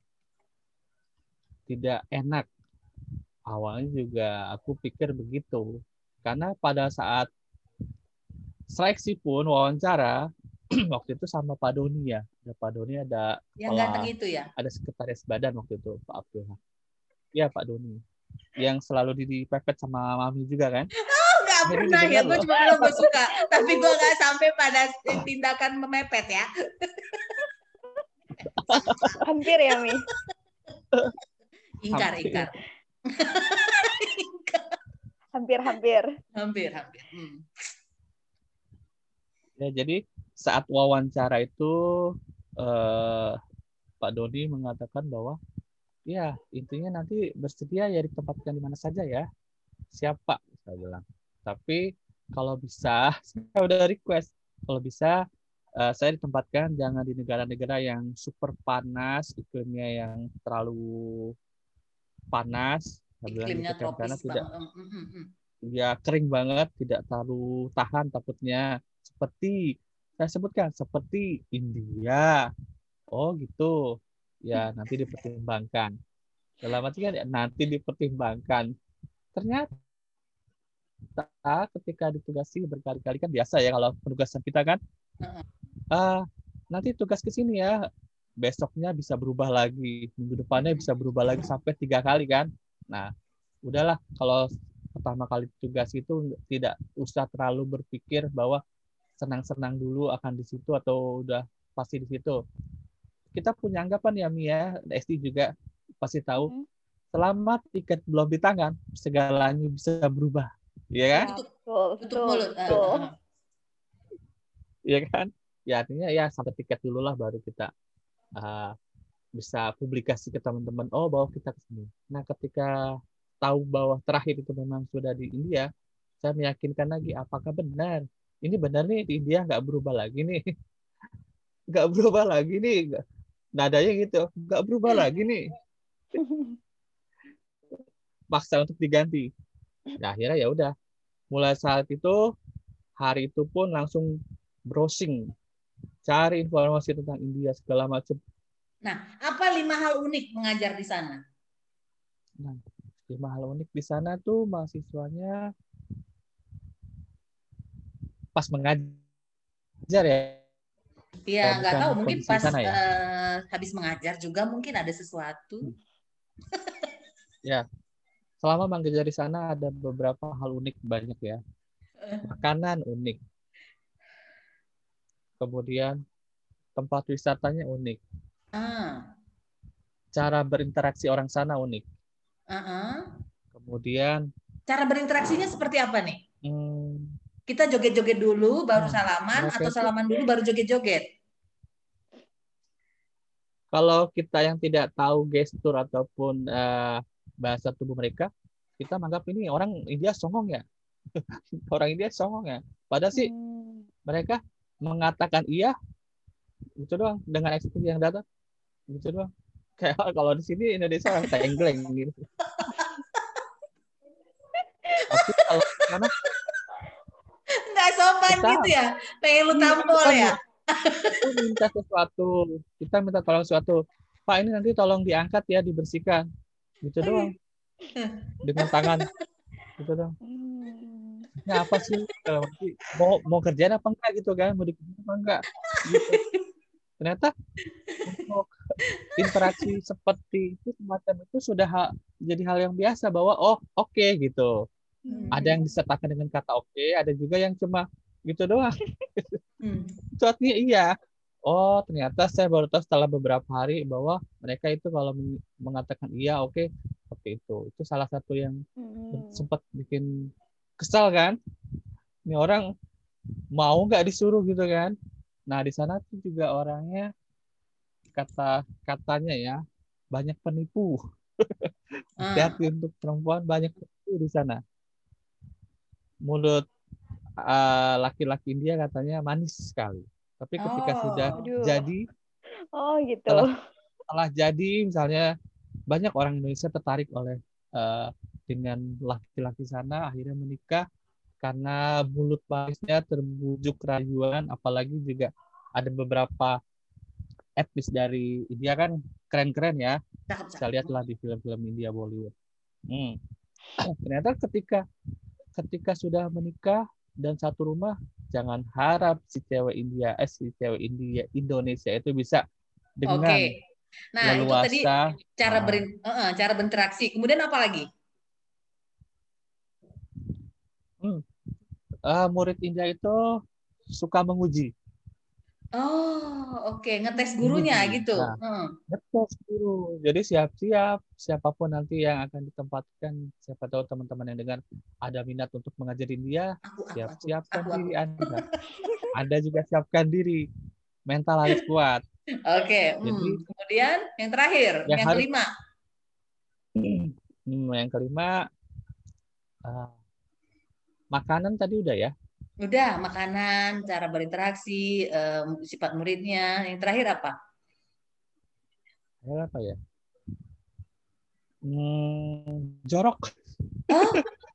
tidak enak. Awalnya juga aku pikir begitu. Karena pada saat seleksi pun wawancara, waktu itu sama Pak Doni ya. Pak Doni ada Yang ganteng itu ya? ada sekretaris badan waktu itu, Pak Abdul. Iya, Pak Doni. Yang selalu dipepet sama Mami juga kan? Nggak Jadi pernah ya, didengar gue loh. cuma bilang gue suka, tapi gue nggak sampai pada tindakan memepet ya. Hampir ya, Mi? Ingkar. Hampir. Hampir. Ya, jadi saat wawancara itu Pak Doni mengatakan bahwa ya intinya nanti bersedia ya ditempatkan di mana saja ya. Siapa? Saya bilang. Tapi kalau bisa, saya udah request. Kalau bisa, saya ditempatkan jangan di negara-negara yang super panas, iklimnya yang terlalu panas. Saya bilang Iklimnya gitu kan, karena tropis tidak, banget. ya kering banget, tidak terlalu tahan takutnya. Seperti, saya sebutkan, seperti India. Oh gitu. Ya nanti dipertimbangkan. Dalam arti kan ya, nanti dipertimbangkan. Ternyata ketika ditugasi berkali-kali kan biasa ya kalau penugasan kita kan nanti tugas ke sini ya besoknya bisa berubah lagi minggu depannya bisa berubah lagi sampai 3 kali kan. Nah udahlah kalau pertama kali tugas itu tidak usah terlalu berpikir bahwa senang-senang dulu akan di situ atau udah pasti di situ. Kita punya anggapan ya Mia, SD juga pasti tahu selama tiket belum di tangan segalanya bisa berubah. Iya kan? Tutup mulut. Iya kan? Ya artinya ya sampai tiket dulu lah baru kita bisa publikasi ke teman-teman. Oh bahwa kita ke sini. Nah ketika tahu bahwa terakhir itu memang sudah di India, saya meyakinkan lagi apakah benar. Ini benar nih di India nggak berubah lagi nih. Nggak berubah lagi nih. Nadanya gitu. Nggak berubah lagi nih. Paksa untuk diganti. Nah akhirnya ya udah. Mulai saat itu hari itu pun langsung browsing, cari informasi tentang India segala macam. Nah, apa 5 hal unik mengajar di sana? Nah, 5 hal unik di sana tuh mahasiswanya pas mengajar ya. Ya nggak tahu, mungkin pas ya. habis mengajar juga mungkin ada sesuatu. Ya, selama mengajar di sana ada beberapa hal unik banyak ya. Makanan unik. Kemudian tempat wisatanya unik. Cara berinteraksi orang sana unik. Kemudian cara berinteraksinya seperti apa nih? Kita joget-joget dulu baru salaman atau salaman dulu baru joget-joget? Kalau kita yang tidak tahu gestur ataupun bahasa tubuh mereka, kita menganggap ini orang India songong ya. Orang India songong ya. Padahal sih mereka mengatakan iya, gitu doang, dengan eksekusi yang datang gitu doang. Kayak kalau di sini Indonesia orang tenggleng gitu. Tapi kalau di sana Nggak sopan kita gitu ya, pengen lu iya, tampol ya. kita minta sesuatu, kita minta tolong sesuatu. Pak ini nanti tolong diangkat ya, dibersihkan, gitu doang, dengan tangan, gitu doang. Ini apa sih? Mau kerjaan apa enggak gitu kan? Mau dikerjain apa enggak? Gitu. Ternyata untuk interaksi seperti itu semacam itu sudah jadi hal yang biasa bahwa oh oke gitu. Ada yang disertakan dengan kata oke, ada juga yang cuma gitu doang. Itu artinya iya. Oh ternyata saya baru tahu setelah beberapa hari bahwa mereka itu kalau mengatakan iya oke seperti itu. Itu salah satu yang sempat bikin kesal kan. Ini orang mau nggak disuruh gitu kan. Nah di sana tuh juga orangnya katanya ya banyak penipu. Hati-hati untuk perempuan, banyak penipu di sana. Mulut laki-laki India katanya manis sekali. Tapi ketika sudah jadi, gitu. Setelah jadi misalnya banyak orang Indonesia tertarik oleh dengan laki-laki sana, akhirnya menikah karena mulut manisnya terbujuk rayuan, apalagi juga ada beberapa etnis dari India kan keren-keren ya. Saya lihatlah di film-film India Bollywood. Ternyata ketika sudah menikah dan satu rumah, jangan harap si cewek Indonesia itu bisa dengan Nah, leluasa. itu tadi cara berinteraksi. Kemudian apa lagi? Murid India itu suka menguji. Oh, oke. Ngetes gurunya gitu. Nah, ngetes guru. Jadi siap-siap siapapun nanti yang akan ditempatkan, siapa tahu teman-teman yang dengar ada minat untuk mengajarin dia, siapkan diri Anda. Anda juga siapkan diri. Mental harus kuat. Oke. Jadi kemudian yang terakhir, yang kelima. Yang kelima, makanan tadi udah ya? Udah, makanan, cara berinteraksi, sifat muridnya. Yang terakhir apa? Apa ya? Jorok. Oh.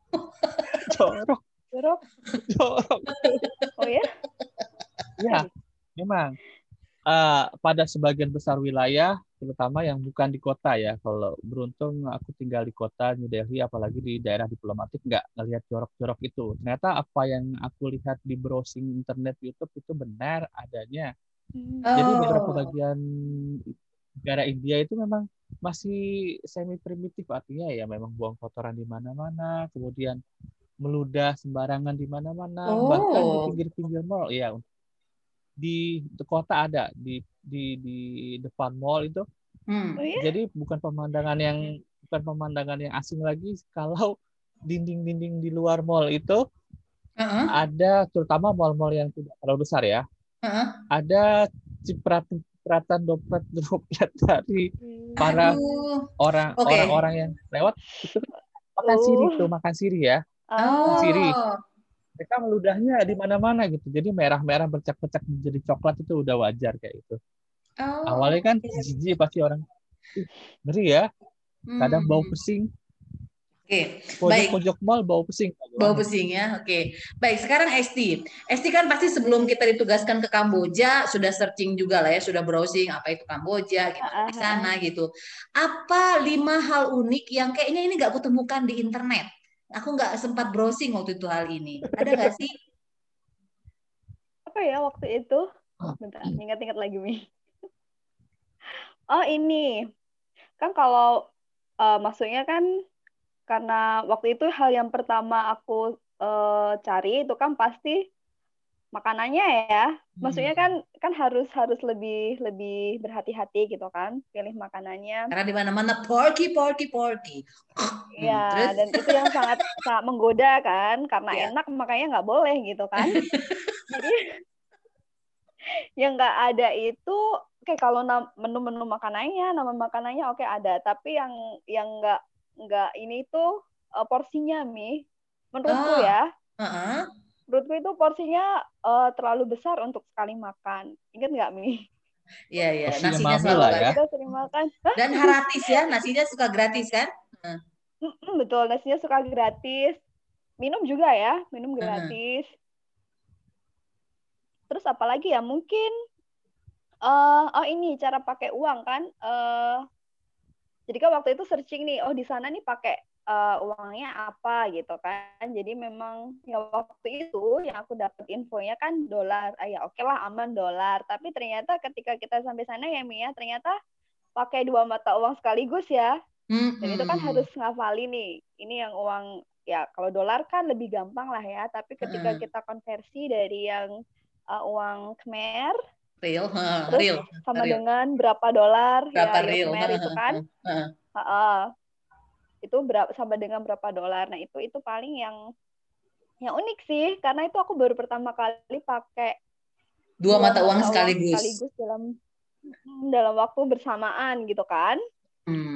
Jorok. Oh ya? Ya, memang. Pada sebagian besar wilayah, terutama yang bukan di kota ya. Kalau beruntung aku tinggal di kota New Delhi, apalagi di daerah diplomatik, nggak ngelihat jorok-jorok itu. Ternyata apa yang aku lihat di browsing internet YouTube itu benar adanya. Jadi beberapa bagian negara India itu memang masih semi primitif, artinya ya memang buang kotoran di mana-mana, kemudian meludah sembarangan di mana-mana, bahkan di pinggir-pinggir mall ya. Di kota ada di depan mall itu. Jadi bukan pemandangan yang asing lagi kalau dinding-dinding di luar mall itu ada, terutama mall-mall yang tidak terlalu besar ya. Ada cipratan droplet dari para orang-orang yang lewat itu makan sirih ya. Sirih. Mereka meludahnya di mana-mana gitu. Jadi merah-merah bercak-bercak menjadi coklat itu udah wajar kayak itu. Awalnya kan jijik pasti orang. Ngeri ya. Kadang bau pesing. Oke, pojok mall bau pesing. Bau pesing ya. Oke. Baik, sekarang Esti. Esti kan pasti sebelum kita ditugaskan ke Kamboja sudah searching juga lah ya, sudah browsing apa itu Kamboja, gimana di sana gitu. Apa 5 hal unik yang kayaknya ini nggak kutemukan di internet? Aku nggak sempat browsing waktu itu hal ini. Ada nggak sih? Apa ya waktu itu? Bentar, ingat-ingat lagi Mi. Oh ini, kan kalau maksudnya kan karena waktu itu hal yang pertama aku cari itu kan pasti makanannya ya. Maksudnya kan harus lebih berhati-hati gitu kan pilih makanannya. Karena di mana-mana porky. Iya, dan itu yang sangat menggoda kan, karena enak makanya nggak boleh gitu kan. Jadi yang nggak ada itu kayak kalau menu-menu makanannya, nama makanannya oke ada, tapi yang nggak ini tuh porsinya Mi. Menurutku ya. Menurutku itu porsinya terlalu besar untuk sekali makan. Ingat nggak Mi? Iya, iya. Porsinya Nasinya Mami selalu lah banyak. ya. Kita sering makan. Hah? Dan gratis ya, nasinya suka gratis kan? Betul, nasinya suka gratis. Minum juga ya, minum Heeh. gratis. Terus apalagi ya? Mungkin oh ini cara pakai uang kan. Jadi kan waktu itu searching nih, oh di sana nih pakai uangnya apa gitu kan. Jadi memang ya waktu itu yang aku dapat infonya kan dolar. Ya oke lah aman dolar. Tapi ternyata ketika kita sampai sana ya Mia, ternyata pakai dua mata uang sekaligus ya. Dan itu kan Mm-mm. harus ngafalin nih. Ini yang uang ya kalau dolar kan lebih gampang lah ya. Tapi ketika Heeh. kita konversi dari yang uang Khmer, Real, terus real, sama real. dengan berapa dolar Berapa ya real real? Khmer itu kan, itu sama dengan berapa dolar. Nah itu paling yang unik sih, karena itu aku baru pertama kali pakai Dua dua mata uang mata uang sekaligus. sekaligus dalam waktu bersamaan gitu kan. Hmm.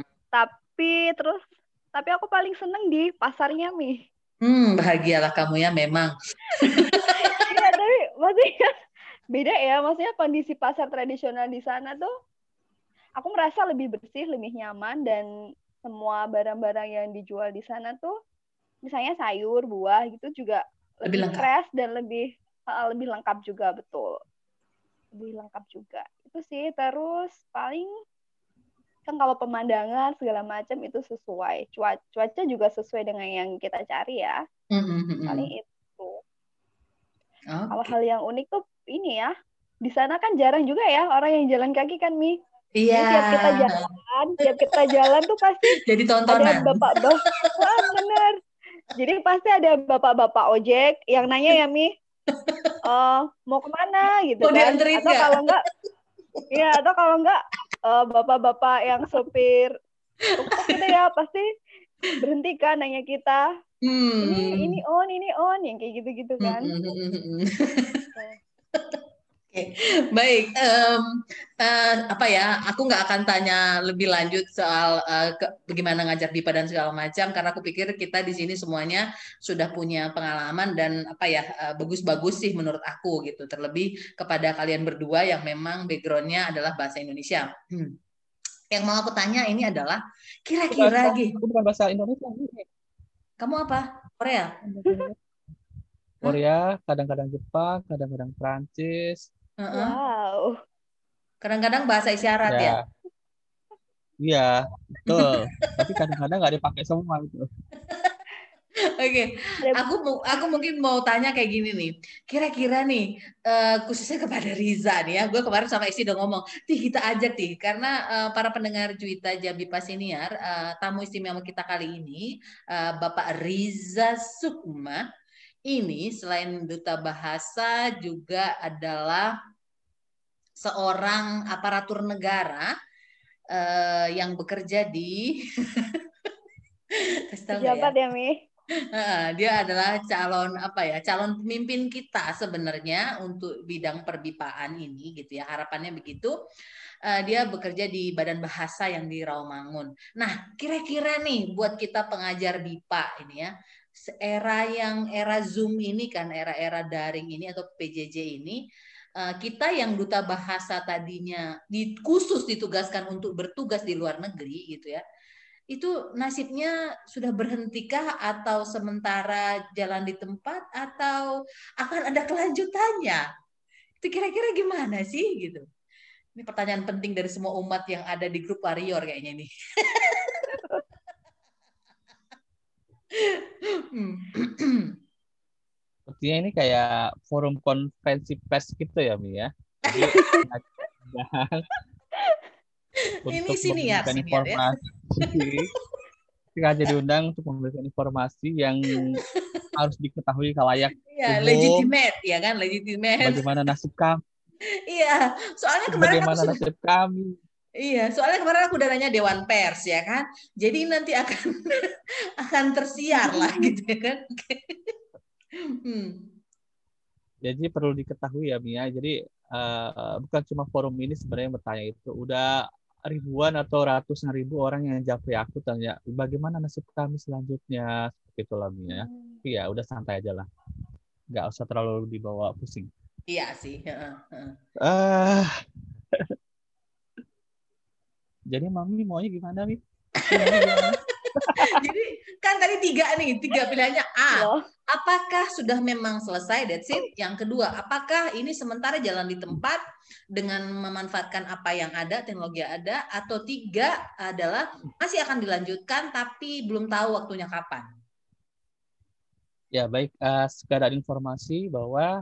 Tapi aku paling seneng di pasarnya Mi. Bahagialah kamu ya memang. Iya, tapi maksudnya beda ya. Maksudnya kondisi pasar tradisional di sana tuh, aku merasa lebih bersih, lebih nyaman, dan semua barang-barang yang dijual di sana tuh, misalnya sayur, buah gitu juga Lebih lebih lengkap. fresh dan lebih lengkap juga, betul. Lebih lengkap juga. Itu sih. Terus paling kan kalau pemandangan segala macam itu sesuai. Cuaca juga sesuai dengan yang kita cari ya. Paling itu. Kalau Oke. hal yang unik tuh ini ya, di sana kan jarang juga ya orang yang jalan kaki kan Mi. Iya. Jadi tiap kita jalan tuh pasti Jadi ada tontonan. wah bener. Jadi pasti ada bapak-bapak ojek yang nanya ya Mi, mau kemana gitu Mau kan? dianterin Atau nggak? kalau enggak bapak-bapak yang sopir tuk-tuk gitu ya pasti berhenti kan nanya kita. Ini on yang kayak gitu-gitu kan. Oke, baik. Apa ya? Aku nggak akan tanya lebih lanjut soal bagaimana ngajar BIPA dan segala macam, karena aku pikir kita di sini semuanya sudah punya pengalaman dan apa ya bagus-bagus sih menurut aku gitu. Terlebih kepada kalian berdua yang memang backgroundnya adalah bahasa Indonesia. Yang mau aku tanya ini adalah kira-kira gitu. Bukan bahasa Indonesia. Kamu apa? Korea? Korea, kadang-kadang Jepang, kadang-kadang Prancis. Wow. Kadang-kadang bahasa isyarat ya. Ya, iya, betul. Tapi kadang-kadang nggak dipakai semua gitu. Oke, aku mungkin mau tanya kayak gini nih. Kira-kira nih, khususnya kepada Riza nih ya. Gue kemarin sama Esti udah ngomong, kita ajak karena para pendengar Juwita Jabi Pasiniar, tamu istimewa kita kali ini, Bapak Riza Sukma. Ini selain duta bahasa juga adalah seorang aparatur negara yang bekerja di kasih tahu nggak ya? Pejabat ya Mi. Dia adalah calon pemimpin kita sebenarnya untuk bidang perbipaan ini gitu ya, harapannya begitu. Dia bekerja di Badan Bahasa yang di Rawamangun. Nah, kira-kira nih buat kita pengajar BIPA ini ya, era Zoom ini kan, era daring ini atau PJJ ini, kita yang duta bahasa tadinya khusus ditugaskan untuk bertugas di luar negeri gitu ya, itu nasibnya sudah berhentikah atau sementara jalan di tempat atau akan ada kelanjutannya? Itu kira-kira gimana sih gitu? Ini pertanyaan penting dari semua umat yang ada di grup warrior kayaknya nih. Sepertinya ini kayak forum konferensi pers gitu ya, Mi ya. Jadi Ini untuk siniar memberikan ya. informasi. Sengaja diundang untuk memberikan informasi yang harus diketahui khalayak Ya, umum. legitimate ya kan, legitimate. Bagaimana nasib kami? Iya, soalnya kemarin Bagaimana nasib kami? Iya, soalnya kemarin aku udah nanya Dewan Pers ya kan. Jadi nanti akan tersiar lah gitu ya kan. Jadi perlu diketahui ya Mia. Jadi bukan cuma forum ini sebenarnya yang bertanya itu. Udah ribuan atau ratusan ribu orang yang japri aku tanya bagaimana nasib kami selanjutnya, seperti itulah Mia. Tapi ya udah santai aja lah, nggak usah terlalu dibawa pusing. Iya sih. Jadi Mami maunya gimana, Mi? Maunya gimana? Jadi kan tadi tiga pilihannya. A, Loh. apakah sudah memang selesai, that's it. Yang kedua, apakah ini sementara jalan di tempat dengan memanfaatkan apa yang ada, teknologi yang ada, atau tiga adalah masih akan dilanjutkan tapi belum tahu waktunya kapan. Ya, baik. Sekadar informasi bahwa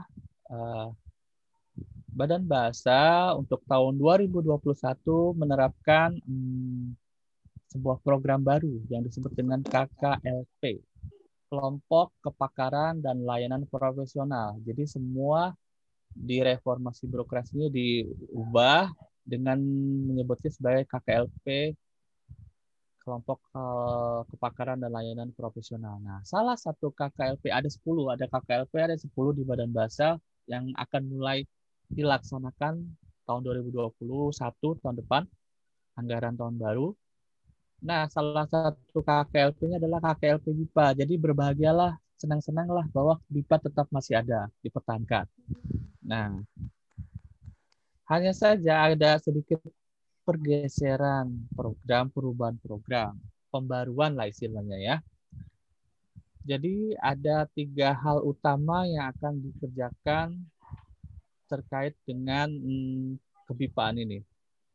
Badan Bahasa untuk tahun 2021 menerapkan sebuah program baru yang disebut dengan KKLP, Kelompok Kepakaran dan Layanan Profesional. Jadi semua di reformasi birokrasinya diubah dengan menyebutnya sebagai KKLP, Kelompok Kepakaran dan Layanan Profesional. Nah, salah satu KKLP ada 10, ada KKLP ada 10 di Badan Bahasa yang akan mulai dilaksanakan tahun 2021 tahun depan, anggaran tahun baru. Nah, salah satu KKLP-nya adalah KKLP BIPA. Jadi berbahagialah, senang-senanglah bahwa BIPA tetap masih ada, dipertahankan. Nah, hanya saja ada sedikit pergeseran program, perubahan program, pembaruan lah istilahnya ya. Jadi ada 3 hal utama yang akan dikerjakan terkait dengan kebipaan ini.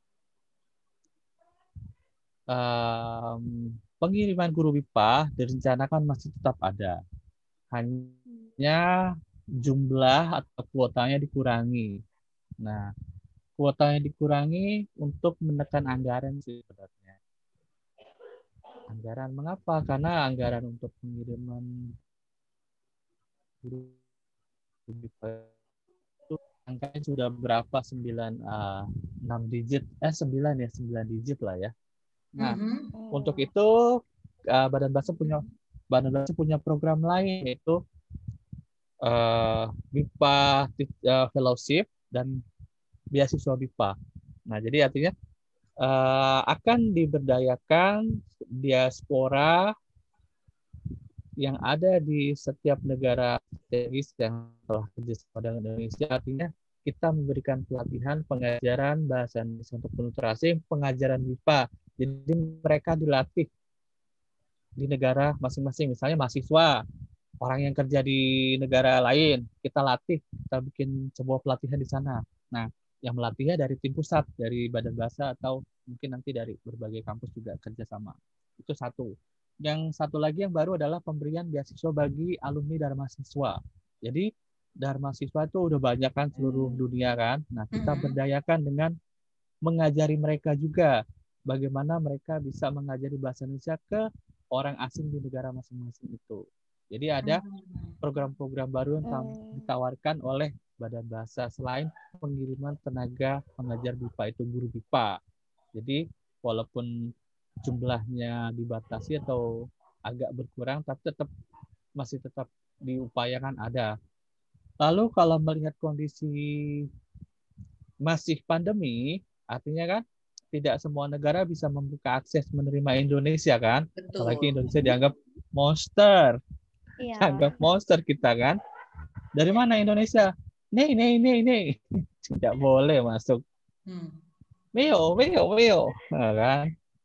Pengiriman guru BIPA direncanakan masih tetap ada. Hanya jumlah atau kuotanya dikurangi. Nah, kuotanya dikurangi untuk menekan anggaran sih sebenarnya. Anggaran mengapa? Karena anggaran untuk pengiriman guru BIPA itu angkanya sudah berapa? 9 digit, 9 digit lah ya. Nah, untuk itu Badan Bahasa punya program lain, yaitu BIPA Fellowship dan beasiswa BIPA. Nah, jadi artinya akan diberdayakan diaspora yang ada di setiap negara strategis yang telah kerjasama dengan Indonesia. Artinya kita memberikan pelatihan pengajaran bahasa Indonesia untuk penutur asing, pengajaran BIPA. Jadi mereka dilatih di negara masing-masing. Misalnya mahasiswa, orang yang kerja di negara lain, kita latih, kita bikin sebuah pelatihan di sana. Nah, yang melatihnya dari tim pusat, dari Badan Bahasa, atau mungkin nanti dari berbagai kampus juga kerjasama. Itu satu. Yang satu lagi yang baru adalah pemberian beasiswa bagi alumni Dharma Siswa. Jadi Dharma Siswa itu udah banyak kan seluruh dunia kan. Nah, kita berdayakan dengan mengajari mereka juga bagaimana mereka bisa mengajari bahasa Indonesia ke orang asing di negara masing-masing itu. Jadi ada program-program baru yang ditawarkan oleh Badan Bahasa selain pengiriman tenaga pengajar BIPA itu guru BIPA. Jadi walaupun jumlahnya dibatasi atau agak berkurang, tapi masih tetap diupayakan ada. Lalu kalau melihat kondisi masih pandemi, artinya kan tidak semua negara bisa membuka akses menerima Indonesia kan. Betul. Apalagi Indonesia dianggap monster. Iya. Dianggap monster kita kan. Dari mana Indonesia? Nih. Tidak boleh masuk. Meo. Nah, kan.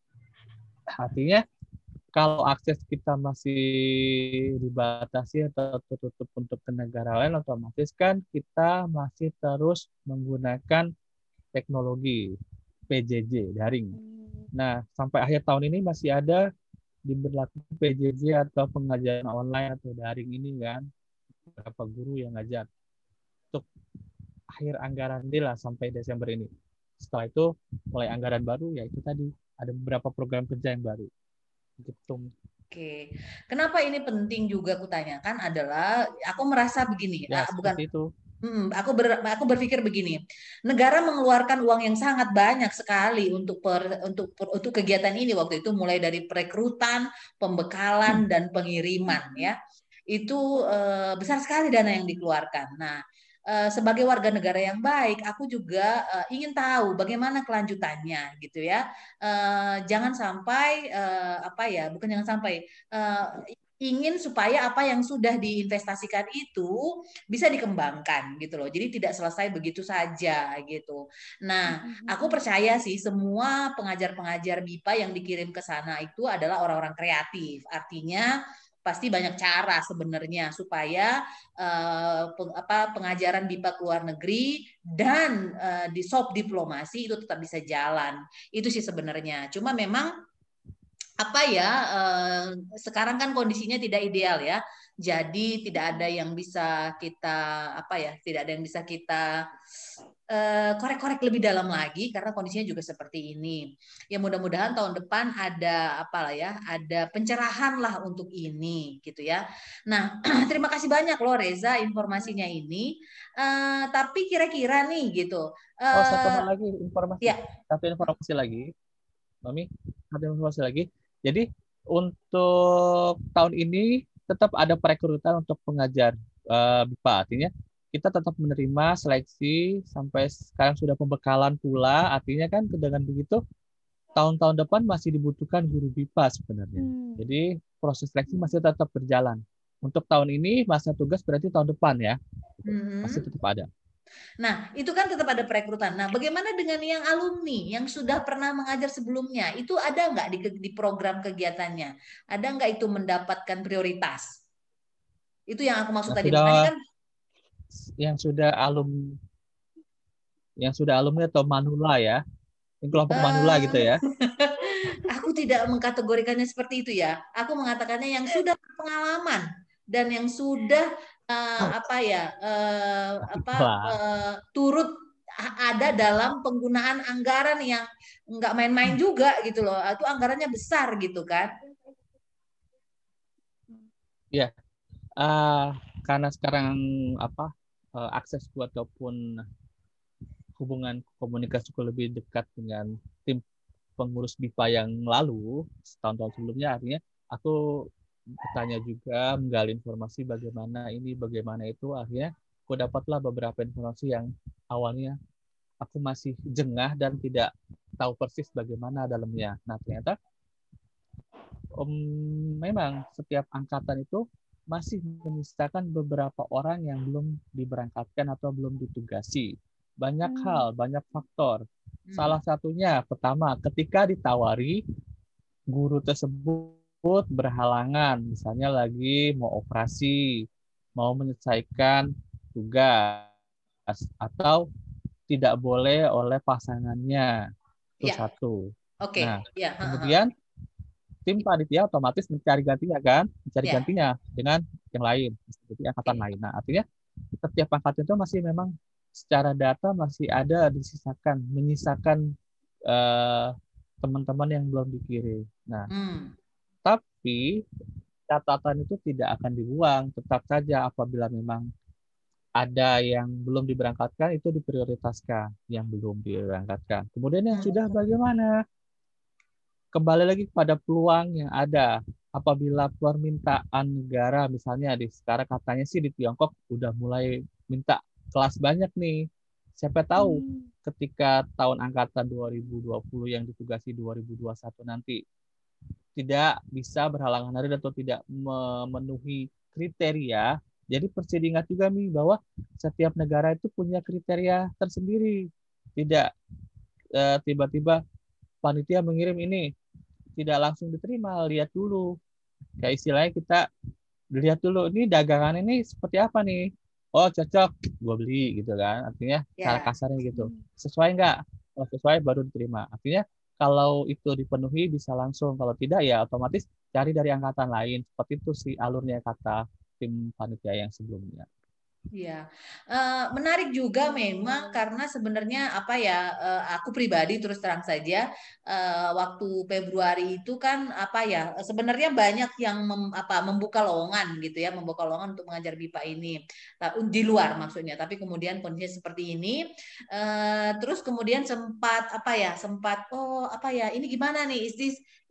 Artinya kalau akses kita masih dibatasi atau tertutup untuk ke negara lain, otomatis kan kita masih terus menggunakan teknologi PJJ daring. Nah, sampai akhir tahun ini masih ada diberlakukan PJJ atau pengajaran online atau daring ini kan. Beberapa guru yang ngajar. Untuk akhir anggaran ini lah sampai Desember ini. Setelah itu mulai anggaran baru, yaitu tadi ada beberapa program kerja yang baru. Gitu. Oke, kenapa ini penting juga kutanyakan adalah aku merasa begini, ya, bukan itu. Aku berpikir begini, negara mengeluarkan uang yang sangat banyak sekali untuk kegiatan ini waktu itu, mulai dari perekrutan, pembekalan dan pengiriman ya, itu besar sekali dana yang dikeluarkan. Nah, sebagai warga negara yang baik, aku juga ingin tahu bagaimana kelanjutannya gitu ya. Jangan sampai ingin supaya apa yang sudah diinvestasikan itu bisa dikembangkan gitu loh. Jadi tidak selesai begitu saja gitu. Nah, aku percaya sih semua pengajar-pengajar MIPA yang dikirim ke sana itu adalah orang-orang kreatif. Artinya pasti banyak cara sebenarnya supaya pengajaran MIPA ke luar negeri dan di soft diplomasi itu tetap bisa jalan. Itu sih sebenarnya. Cuma memang sekarang kan kondisinya tidak ideal ya. Jadi tidak ada yang bisa kita tidak ada yang bisa kita korek-korek lebih dalam lagi karena kondisinya juga seperti ini. Ya mudah-mudahan tahun depan ada ada pencerahan lah untuk ini gitu ya. Nah, terima kasih banyak loh Reza informasinya ini. Tapi kira-kira nih gitu. Satu hal lagi informasi. Ya. Satu informasi lagi. Mami, satu informasi lagi. Jadi untuk tahun ini tetap ada perekrutan untuk pengajar BIPA. Artinya kita tetap menerima seleksi sampai sekarang sudah pembekalan pula. Artinya kan dengan begitu tahun-tahun depan masih dibutuhkan guru BIPA sebenarnya. Jadi proses seleksi masih tetap berjalan. Untuk tahun ini masa tugas berarti tahun depan ya. Masih tetap ada. Nah, itu kan tetap ada perekrutan. Nah, bagaimana dengan yang alumni yang sudah pernah mengajar sebelumnya? Itu ada nggak di program kegiatannya? Ada nggak itu mendapatkan prioritas? Itu yang aku maksud tadi. Makanya kan yang sudah alumni atau manula ya, yang kelompok manula gitu ya. Aku tidak mengkategorikannya seperti itu ya. Aku mengatakannya yang sudah berpengalaman dan yang sudah turut ada dalam penggunaan anggaran yang nggak main-main juga gitu loh. Itu anggarannya besar gitu kan? Ya, karena sekarang aksesku ataupun hubungan komunikasiku lebih dekat dengan tim pengurus BIPA yang lalu tahun-tahun sebelumnya, artinya aku bertanya juga, menggali informasi bagaimana itu, akhirnya aku dapatlah beberapa informasi yang awalnya aku masih jengah dan tidak tahu persis bagaimana dalamnya. Nah, ternyata memang setiap angkatan itu masih menyisakan beberapa orang yang belum diberangkatkan atau belum ditugasi. Banyak hal, banyak faktor. Salah satunya, pertama, ketika ditawari, guru tersebut berhalangan, misalnya lagi mau operasi, mau menyelesaikan tugas, atau tidak boleh oleh pasangannya. Itu satu. Nah, kemudian tim panitia otomatis mencari gantinya kan, gantinya dengan yang lain, seperti angkatan lain. Nah, artinya setiap angkatan itu masih memang secara data masih ada menyisakan teman-teman yang belum dikirim. Nah, tapi catatan itu tidak akan dibuang, tetap saja apabila memang ada yang belum diberangkatkan itu diprioritaskan, yang belum diberangkatkan. Kemudian yang sudah bagaimana? Kembali lagi kepada peluang yang ada. Apabila permintaan negara, misalnya sekarang katanya sih di Tiongkok udah mulai minta kelas banyak nih. Siapa tahu ketika tahun angkatan 2020 yang ditugasi 2021 nanti tidak bisa berhalangan hari atau tidak memenuhi kriteria. Jadi perlu diingat juga nih bahwa setiap negara itu punya kriteria tersendiri. Tidak tiba-tiba panitia mengirim ini tidak langsung diterima, lihat dulu. Kayak istilahnya kita lihat dulu, ini dagangan ini seperti apa nih? Oh cocok, gue beli gitu kan. Artinya cara kasarnya gitu. Sesuai nggak? Kalau sesuai baru diterima. Artinya kalau itu dipenuhi bisa langsung. Kalau tidak ya otomatis cari dari angkatan lain. Seperti itu sih alurnya kata tim panitia yang sebelumnya. Iya, menarik juga memang karena sebenarnya aku pribadi terus terang saja waktu Februari itu kan sebenarnya banyak yang membuka lowongan gitu ya, membuka lowongan untuk mengajar BIPA ini di luar maksudnya, tapi kemudian kondisinya seperti ini, terus kemudian sempat ini gimana nih,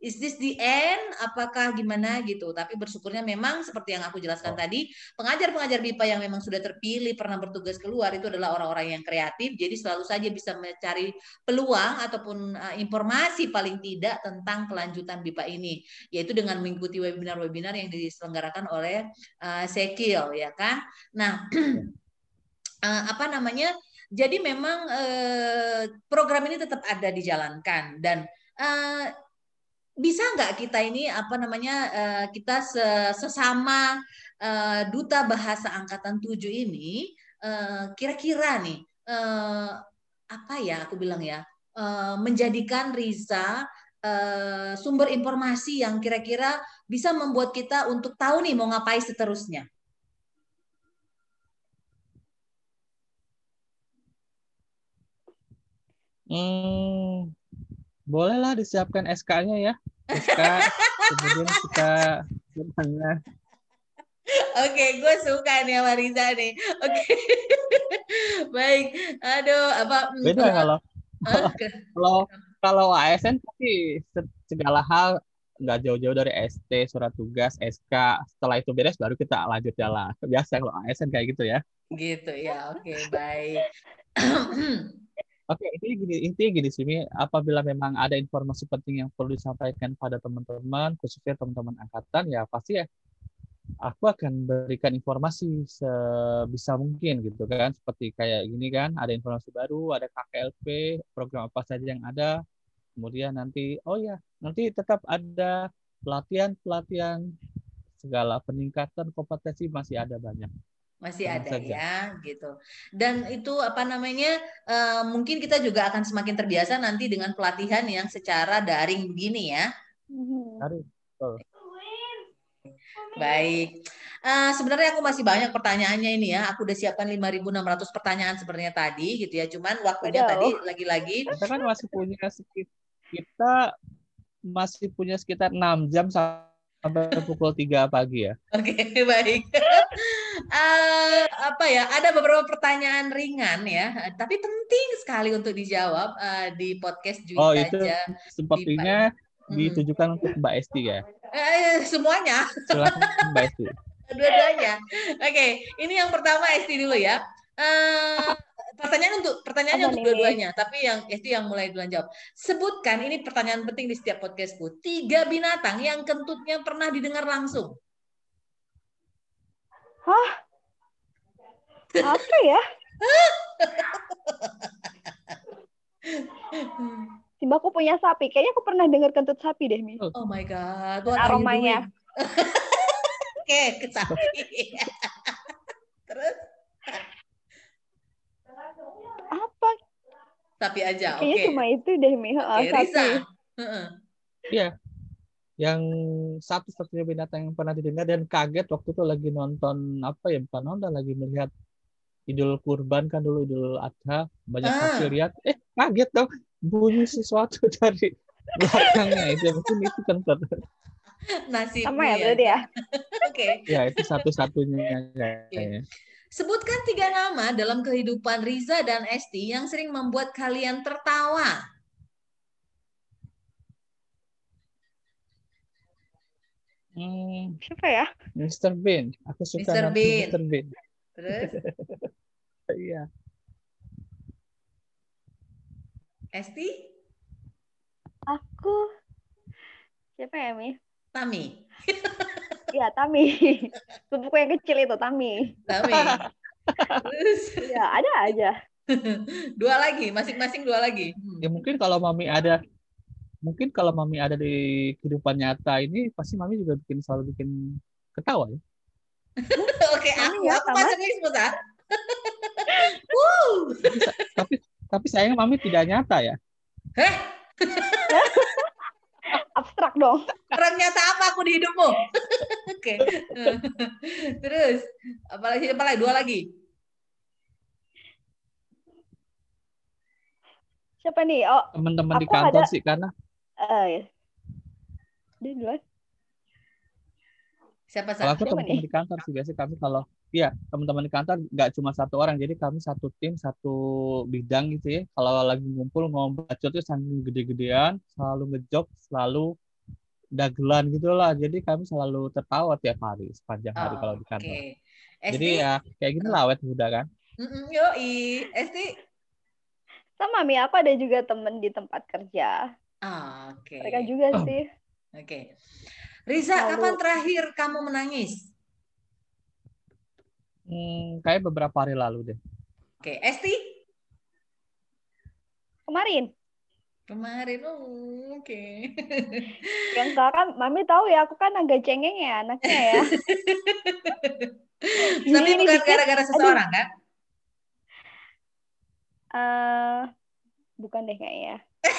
is this the end? Apakah gimana gitu? Tapi bersyukurnya memang seperti yang aku jelaskan tadi, pengajar-pengajar BIPA yang memang sudah terpilih pernah bertugas keluar itu adalah orang-orang yang kreatif, jadi selalu saja bisa mencari peluang ataupun informasi paling tidak tentang kelanjutan BIPA ini, yaitu dengan mengikuti webinar-webinar yang diselenggarakan oleh Sekil, ya kan? Nah, apa namanya? Jadi memang program ini tetap ada dijalankan dan bisa nggak kita ini apa namanya kita sesama duta bahasa angkatan 7 ini kira-kira nih apa ya aku bilang ya menjadikan Riza sumber informasi yang kira-kira bisa membuat kita untuk tahu nih mau ngapain seterusnya. Bolehlah disiapkan SK-nya ya. SK kemudian kita bertanya. Oke, gue suka nih sama Riza nih. Oke. Baik. Aduh, apa beda kalau ASN pasti segala hal nggak jauh-jauh dari ST, surat tugas, SK. Setelah itu beres baru kita lanjut jalan. Biasa kalau ASN kayak gitu ya. Gitu ya. Oke, baik. Oke, intinya gini sih, apabila memang ada informasi penting yang perlu disampaikan pada teman-teman, khususnya teman-teman angkatan, ya pasti ya aku akan berikan informasi sebisa mungkin gitu kan, seperti kayak gini kan, ada informasi baru, ada KKLP, program apa saja yang ada, kemudian nanti, nanti tetap ada pelatihan segala peningkatan kompetensi masih ada banyak. Masih ada ya gitu. Dan itu apa namanya mungkin kita juga akan semakin terbiasa nanti dengan pelatihan yang secara daring begini ya. Daring. Baik. Sebenarnya aku masih banyak pertanyaannya ini ya. Aku udah siapkan 5.600 pertanyaan sebenarnya tadi gitu ya. Cuman waktunya tadi lagi-lagi kita kan masih punya sekitar 6 jam sampai pukul 3 pagi ya. Oke, baik. Apa ya? Ada beberapa pertanyaan ringan ya, tapi penting sekali untuk dijawab di podcast Juwita itu aja. Sepertinya ditujukan untuk Mbak Esti ya. Semuanya. Silakan Mbak Esti. Dua-duanya. Oke, ini yang pertama Esti dulu ya. Pertanyaannya untuk dua-duanya, tapi yang Esti yang mulai duluan jawab. Sebutkan, ini pertanyaan penting di setiap podcastku, 3 binatang yang kentutnya pernah didengar langsung. Hah? Apa ya? Simbaku punya sapi. Kayaknya aku pernah dengar kentut sapi deh, Mi. Oh my God. Aromanya. Oke, ke sapi. Terus? Apa? Sapi aja, Kayaknya cuma itu deh, Mi. Oke, sapi. Risa. Iya. Yang satu-satunya binatang yang pernah didengar dan kaget waktu itu lagi nonton bukan nonton, lagi melihat Idul Kurban kan dulu, Idul Adha, banyak sapi lihat, kaget dong, bunyi sesuatu dari belakangnya, itu mungkin itu kentut. Nasibmu sama ya berarti ya. Oke. Ya itu satu-satunya kayaknya. Sebutkan 3 nama dalam kehidupan Riza dan Esti yang sering membuat kalian tertawa. Siapa ya? Mr. Bean. Aku suka Mr. Bean. Terus? Iya. Esti? Aku siapa ya, Mi? Tami. Iya, Tami. Sepupu yang kecil itu, Tami. Terus? Ya, ada aja. 2 lagi, masing-masing 2 lagi. Ya mungkin kalau Mami ada di kehidupan nyata ini, pasti Mami juga selalu bikin ketawa ya. Oke, aku masuk list ah. Tapi sayangnya Mami tidak nyata ya. Abstrak dong. Orang nyata apa aku di hidupmu? Oke. Terus apalagi 2 lagi. Siapa nih? Oh, teman-teman di kantor sih karena. Dia duluan. Siapa kalau aku teman-teman di kantor sih biasanya kami teman-teman di kantor nggak cuma 1 orang, jadi kami 1 tim 1 bidang gitu ya. Kalau lagi ngumpul ngomong bacot itu saking gede-gedean, selalu ngejok, selalu dagelan gitulah. Jadi kami selalu tertawa tiap hari sepanjang hari kalau di kantor. Oke. Jadi Esti? ya kayak gini lah awet muda kan. Yoi. Esti? Sama Mi, aku ada juga temen di tempat kerja. Oke. Mereka juga sih. Oke. Riza, kapan terakhir kamu menangis? Kayak beberapa hari lalu deh. Oke. Esti? Kemarin. Oke. Yang kan, Mami tahu ya, aku kan agak cengeng ya anaknya ya. Tapi bukan gara-gara seseorang kan? Bukan deh kayaknya.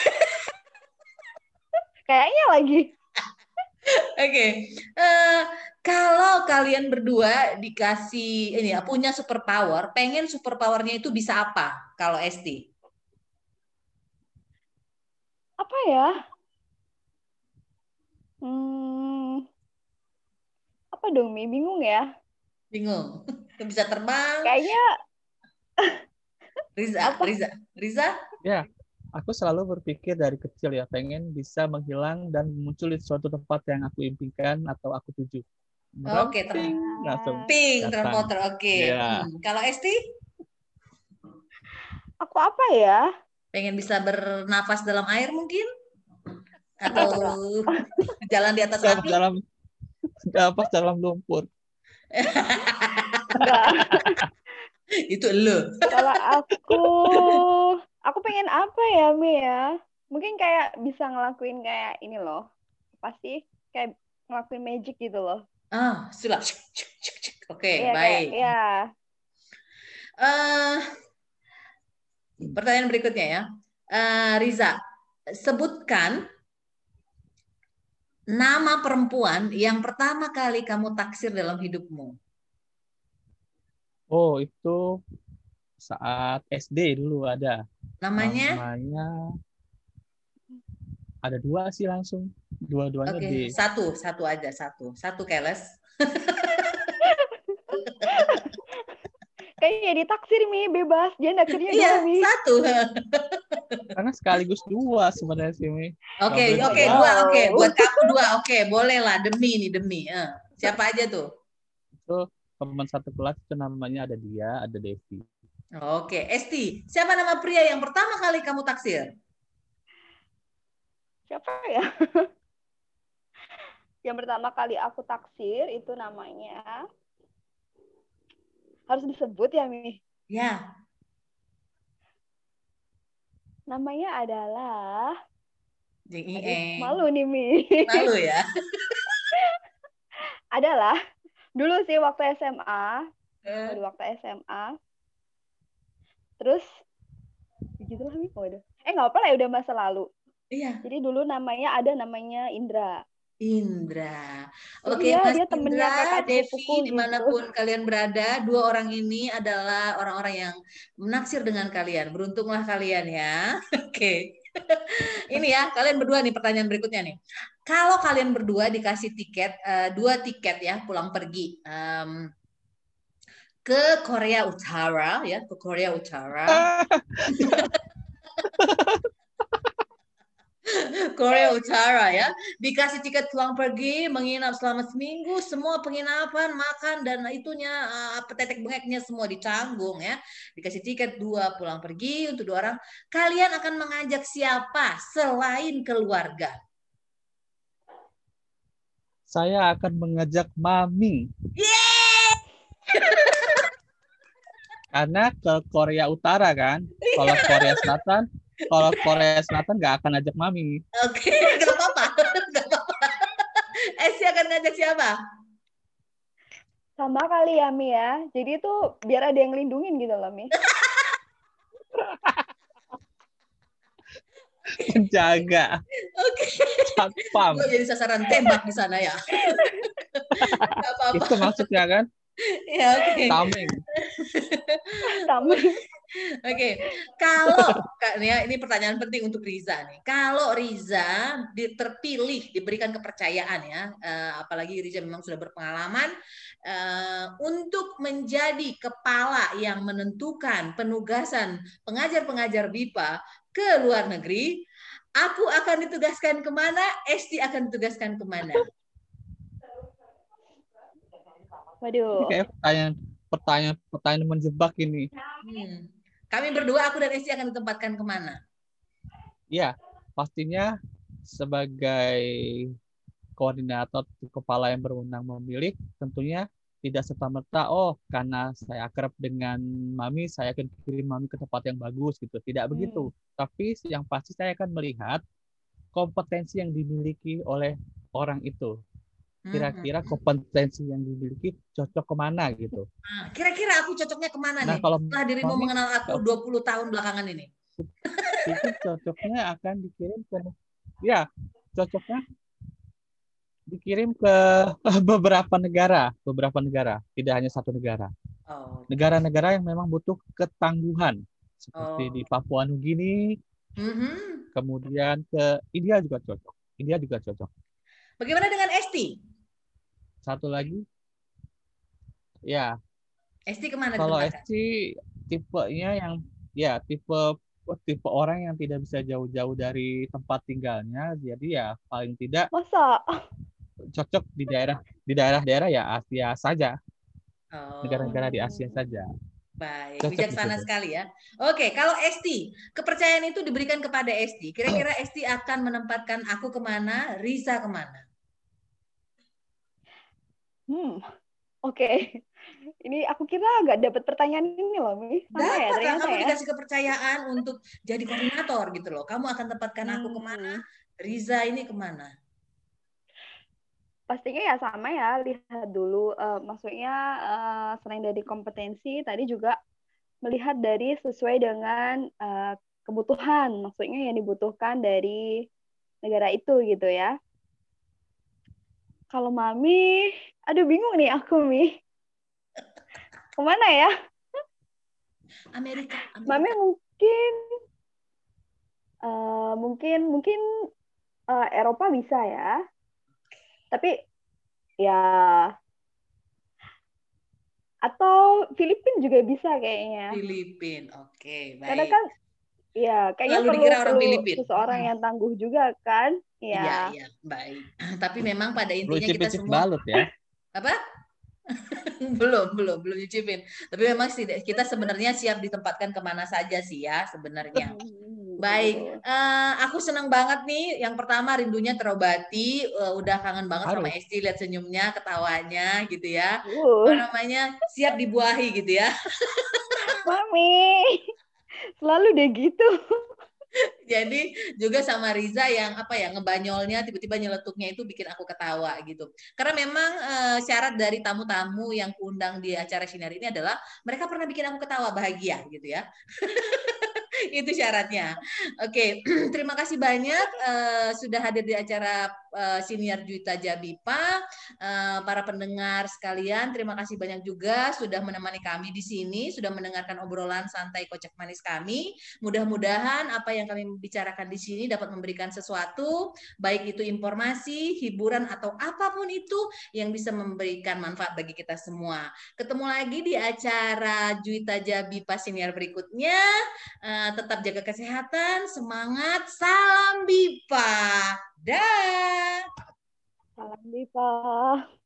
Kayaknya lagi. Oke. Kalau kalian berdua dikasih ini ya, punya superpower, pengen superpowernya itu bisa apa kalau Esti? Apa ya? Apa dong, Mi? Bingung ya? Bingung. Bisa terbang? Kayaknya Riza? Ya, aku selalu berpikir dari kecil ya, pengen bisa menghilang dan muncul di suatu tempat yang aku impikan atau aku tuju. Oke, langsung pink datang. transporter. Oke. Ya. Kalau Esti? aku apa ya? Pengen bisa bernafas dalam air mungkin? Atau jalan di atas api? Dalam lumpur. Enggak. Itu lo. Kalau aku pengen apa ya, Mi ya? Mungkin kayak bisa ngelakuin kayak ini loh. Apa sih? Kayak ngelakuin magic gitu loh. Sudah. Oke, Iya, baik. Iya. Pertanyaan berikutnya ya. Riza, sebutkan nama perempuan yang pertama kali kamu taksir dalam hidupmu. Oh, itu saat SD dulu ada. Namanya ada 2 sih langsung. Dua-duanya Oke, satu aja, satu keles. Kayaknya ditaksir, Mi, bebas. Dia naksirnya Iya, 2, Mi. satu. Karena sekaligus 2 sebenarnya sih, Mi. Oke, 2. Oke, buat kamu 2. Oke, boleh lah, demi. Siapa aja tuh? Itu teman satu kelas itu namanya ada dia, ada Devi. Oke, Esti, siapa nama pria yang pertama kali kamu taksir? Siapa ya? Yang pertama kali aku taksir itu namanya, harus disebut ya, Mi? Ya. Namanya adalah malu nih, Mi. Malu ya. Adalah dulu sih waktu SMA. Waktu SMA. Terus begitulah, Mi. Nggak apa lah, udah masa lalu. Iya. Jadi dulu namanya Indra. Oke, Mas Mas Indra, Devi, dimanapun kalian berada, 2 orang ini adalah orang-orang yang menaksir dengan kalian. Beruntunglah kalian ya. Oke. Ini ya, kalian berdua nih pertanyaan berikutnya nih. Kalau kalian berdua dikasih tiket, 2 tiket ya pulang pergi ke Korea Utara ya, ke Korea Utara. Korea Utara ya, dikasih tiket pulang pergi, menginap selama seminggu, semua penginapan, makan dan itunya tetek bengeknya semua ditanggung ya. Dikasih tiket 2 pulang pergi untuk 2 orang. Kalian akan mengajak siapa selain keluarga? Saya akan mengajak Mami. Karena ke Korea Utara kan. Kalau Korea Selatan nggak akan ajak Mami. Oke, nggak apa-apa. Esi akan ngajak siapa? Sama kali ya, Mi ya. Jadi itu biar ada yang lindungin gitu loh, Mi. Penjaga. Oke. Satpam. Gue jadi sasaran tembak di sana ya. Gak apa-apa. Itu maksudnya kan? Ya, oke. Tameng. Oke, kalau ini pertanyaan penting untuk Riza nih. Kalau Riza terpilih, diberikan kepercayaan ya, apalagi Riza memang sudah berpengalaman untuk menjadi kepala yang menentukan penugasan pengajar-pengajar BIPA ke luar negeri, Aku akan ditugaskan kemana? Esti akan ditugaskan kemana? Ini Waduh. kayak pertanyaan menjebak ini. Kami berdua, aku dan Esti akan ditempatkan kemana? Ya, pastinya sebagai koordinator kepala yang berwenang memilih, tentunya tidak serta-merta, oh karena saya akrab dengan Mami, saya akan kirim Mami ke tempat yang bagus gitu. Tidak begitu. Tapi yang pasti saya akan melihat kompetensi yang dimiliki oleh orang itu. Kira-kira kompetensi yang dimiliki cocok kemana gitu. Nah, kira-kira aku cocoknya kemana Nah, nih? kalau Setelah dirimu Mami, mengenal aku 20 tahun belakangan ini. itu cocoknya akan dikirim ke, ya, cocoknya dikirim ke beberapa negara, tidak hanya satu negara. Negara-negara yang memang butuh ketangguhan, seperti di Papua Nugini, kemudian ke India juga cocok. Bagaimana dengan Esti? Satu lagi, ya. Esti kemana Kalau ditempatkan? Esti tipenya yang, ya tipe orang yang tidak bisa jauh-jauh dari tempat tinggalnya, jadi ya paling tidak Masa? cocok di daerah-daerah ya Asia saja, negara-negara di Asia saja. Baik, bijaksana sekali ya. Oke, kalau Esti, kepercayaan itu diberikan kepada Esti. Kira-kira Esti akan menempatkan aku kemana, Riza kemana? Oke. Ini aku kira nggak dapat pertanyaan ini loh, Mi. Sama ya Dapat lah, ternyata kamu ya. dikasih kepercayaan untuk jadi koordinator gitu loh. Kamu akan tempatkan aku kemana, Riza ini kemana? Pastinya ya sama ya, lihat dulu. Maksudnya selain dari kompetensi, tadi juga melihat dari sesuai dengan kebutuhan. Maksudnya yang dibutuhkan dari negara itu gitu ya. Kalau Mami, aduh bingung nih aku, Mi. Kemana ya? Amerika. Mami mungkin Eropa bisa ya. Tapi ya atau Filipina juga bisa kayaknya. Filipina, oke, baik. Karena kan ya kayaknya Lalu dikira orang perlu Filipina. seseorang yang tangguh juga kan. Iya, Ya. baik. Tapi memang pada intinya Belum kita cicip semua balut ya. apa? belum nyicipin. Tapi memang kita sebenarnya siap ditempatkan kemana saja sih ya sebenarnya. Baik, aku senang banget nih. Yang pertama rindunya terobati, udah kangen banget sama Esti, lihat senyumnya, ketawanya gitu ya. Apa namanya, siap dibuahi gitu ya. Mami, selalu deh gitu. Jadi juga sama Riza yang apa ya, ngebanyolnya tiba-tiba nyeletuknya itu bikin aku ketawa gitu. Karena memang syarat dari tamu-tamu yang kuundang di acara Sinar ini adalah mereka pernah bikin aku ketawa bahagia gitu ya. Itu syaratnya. Oke, terima kasih banyak sudah hadir di acara Siniar Juwita Jabipa. Para pendengar sekalian, terima kasih banyak juga sudah menemani kami di sini, sudah mendengarkan obrolan santai kocak manis kami. Mudah-mudahan apa yang kami bicarakan di sini dapat memberikan sesuatu, baik itu informasi, hiburan, atau apapun itu yang bisa memberikan manfaat bagi kita semua. Ketemu lagi di acara Juwita Jabipa Siniar berikutnya. Tetap jaga kesehatan, semangat, salam Bipa. Dah. Salam Diva.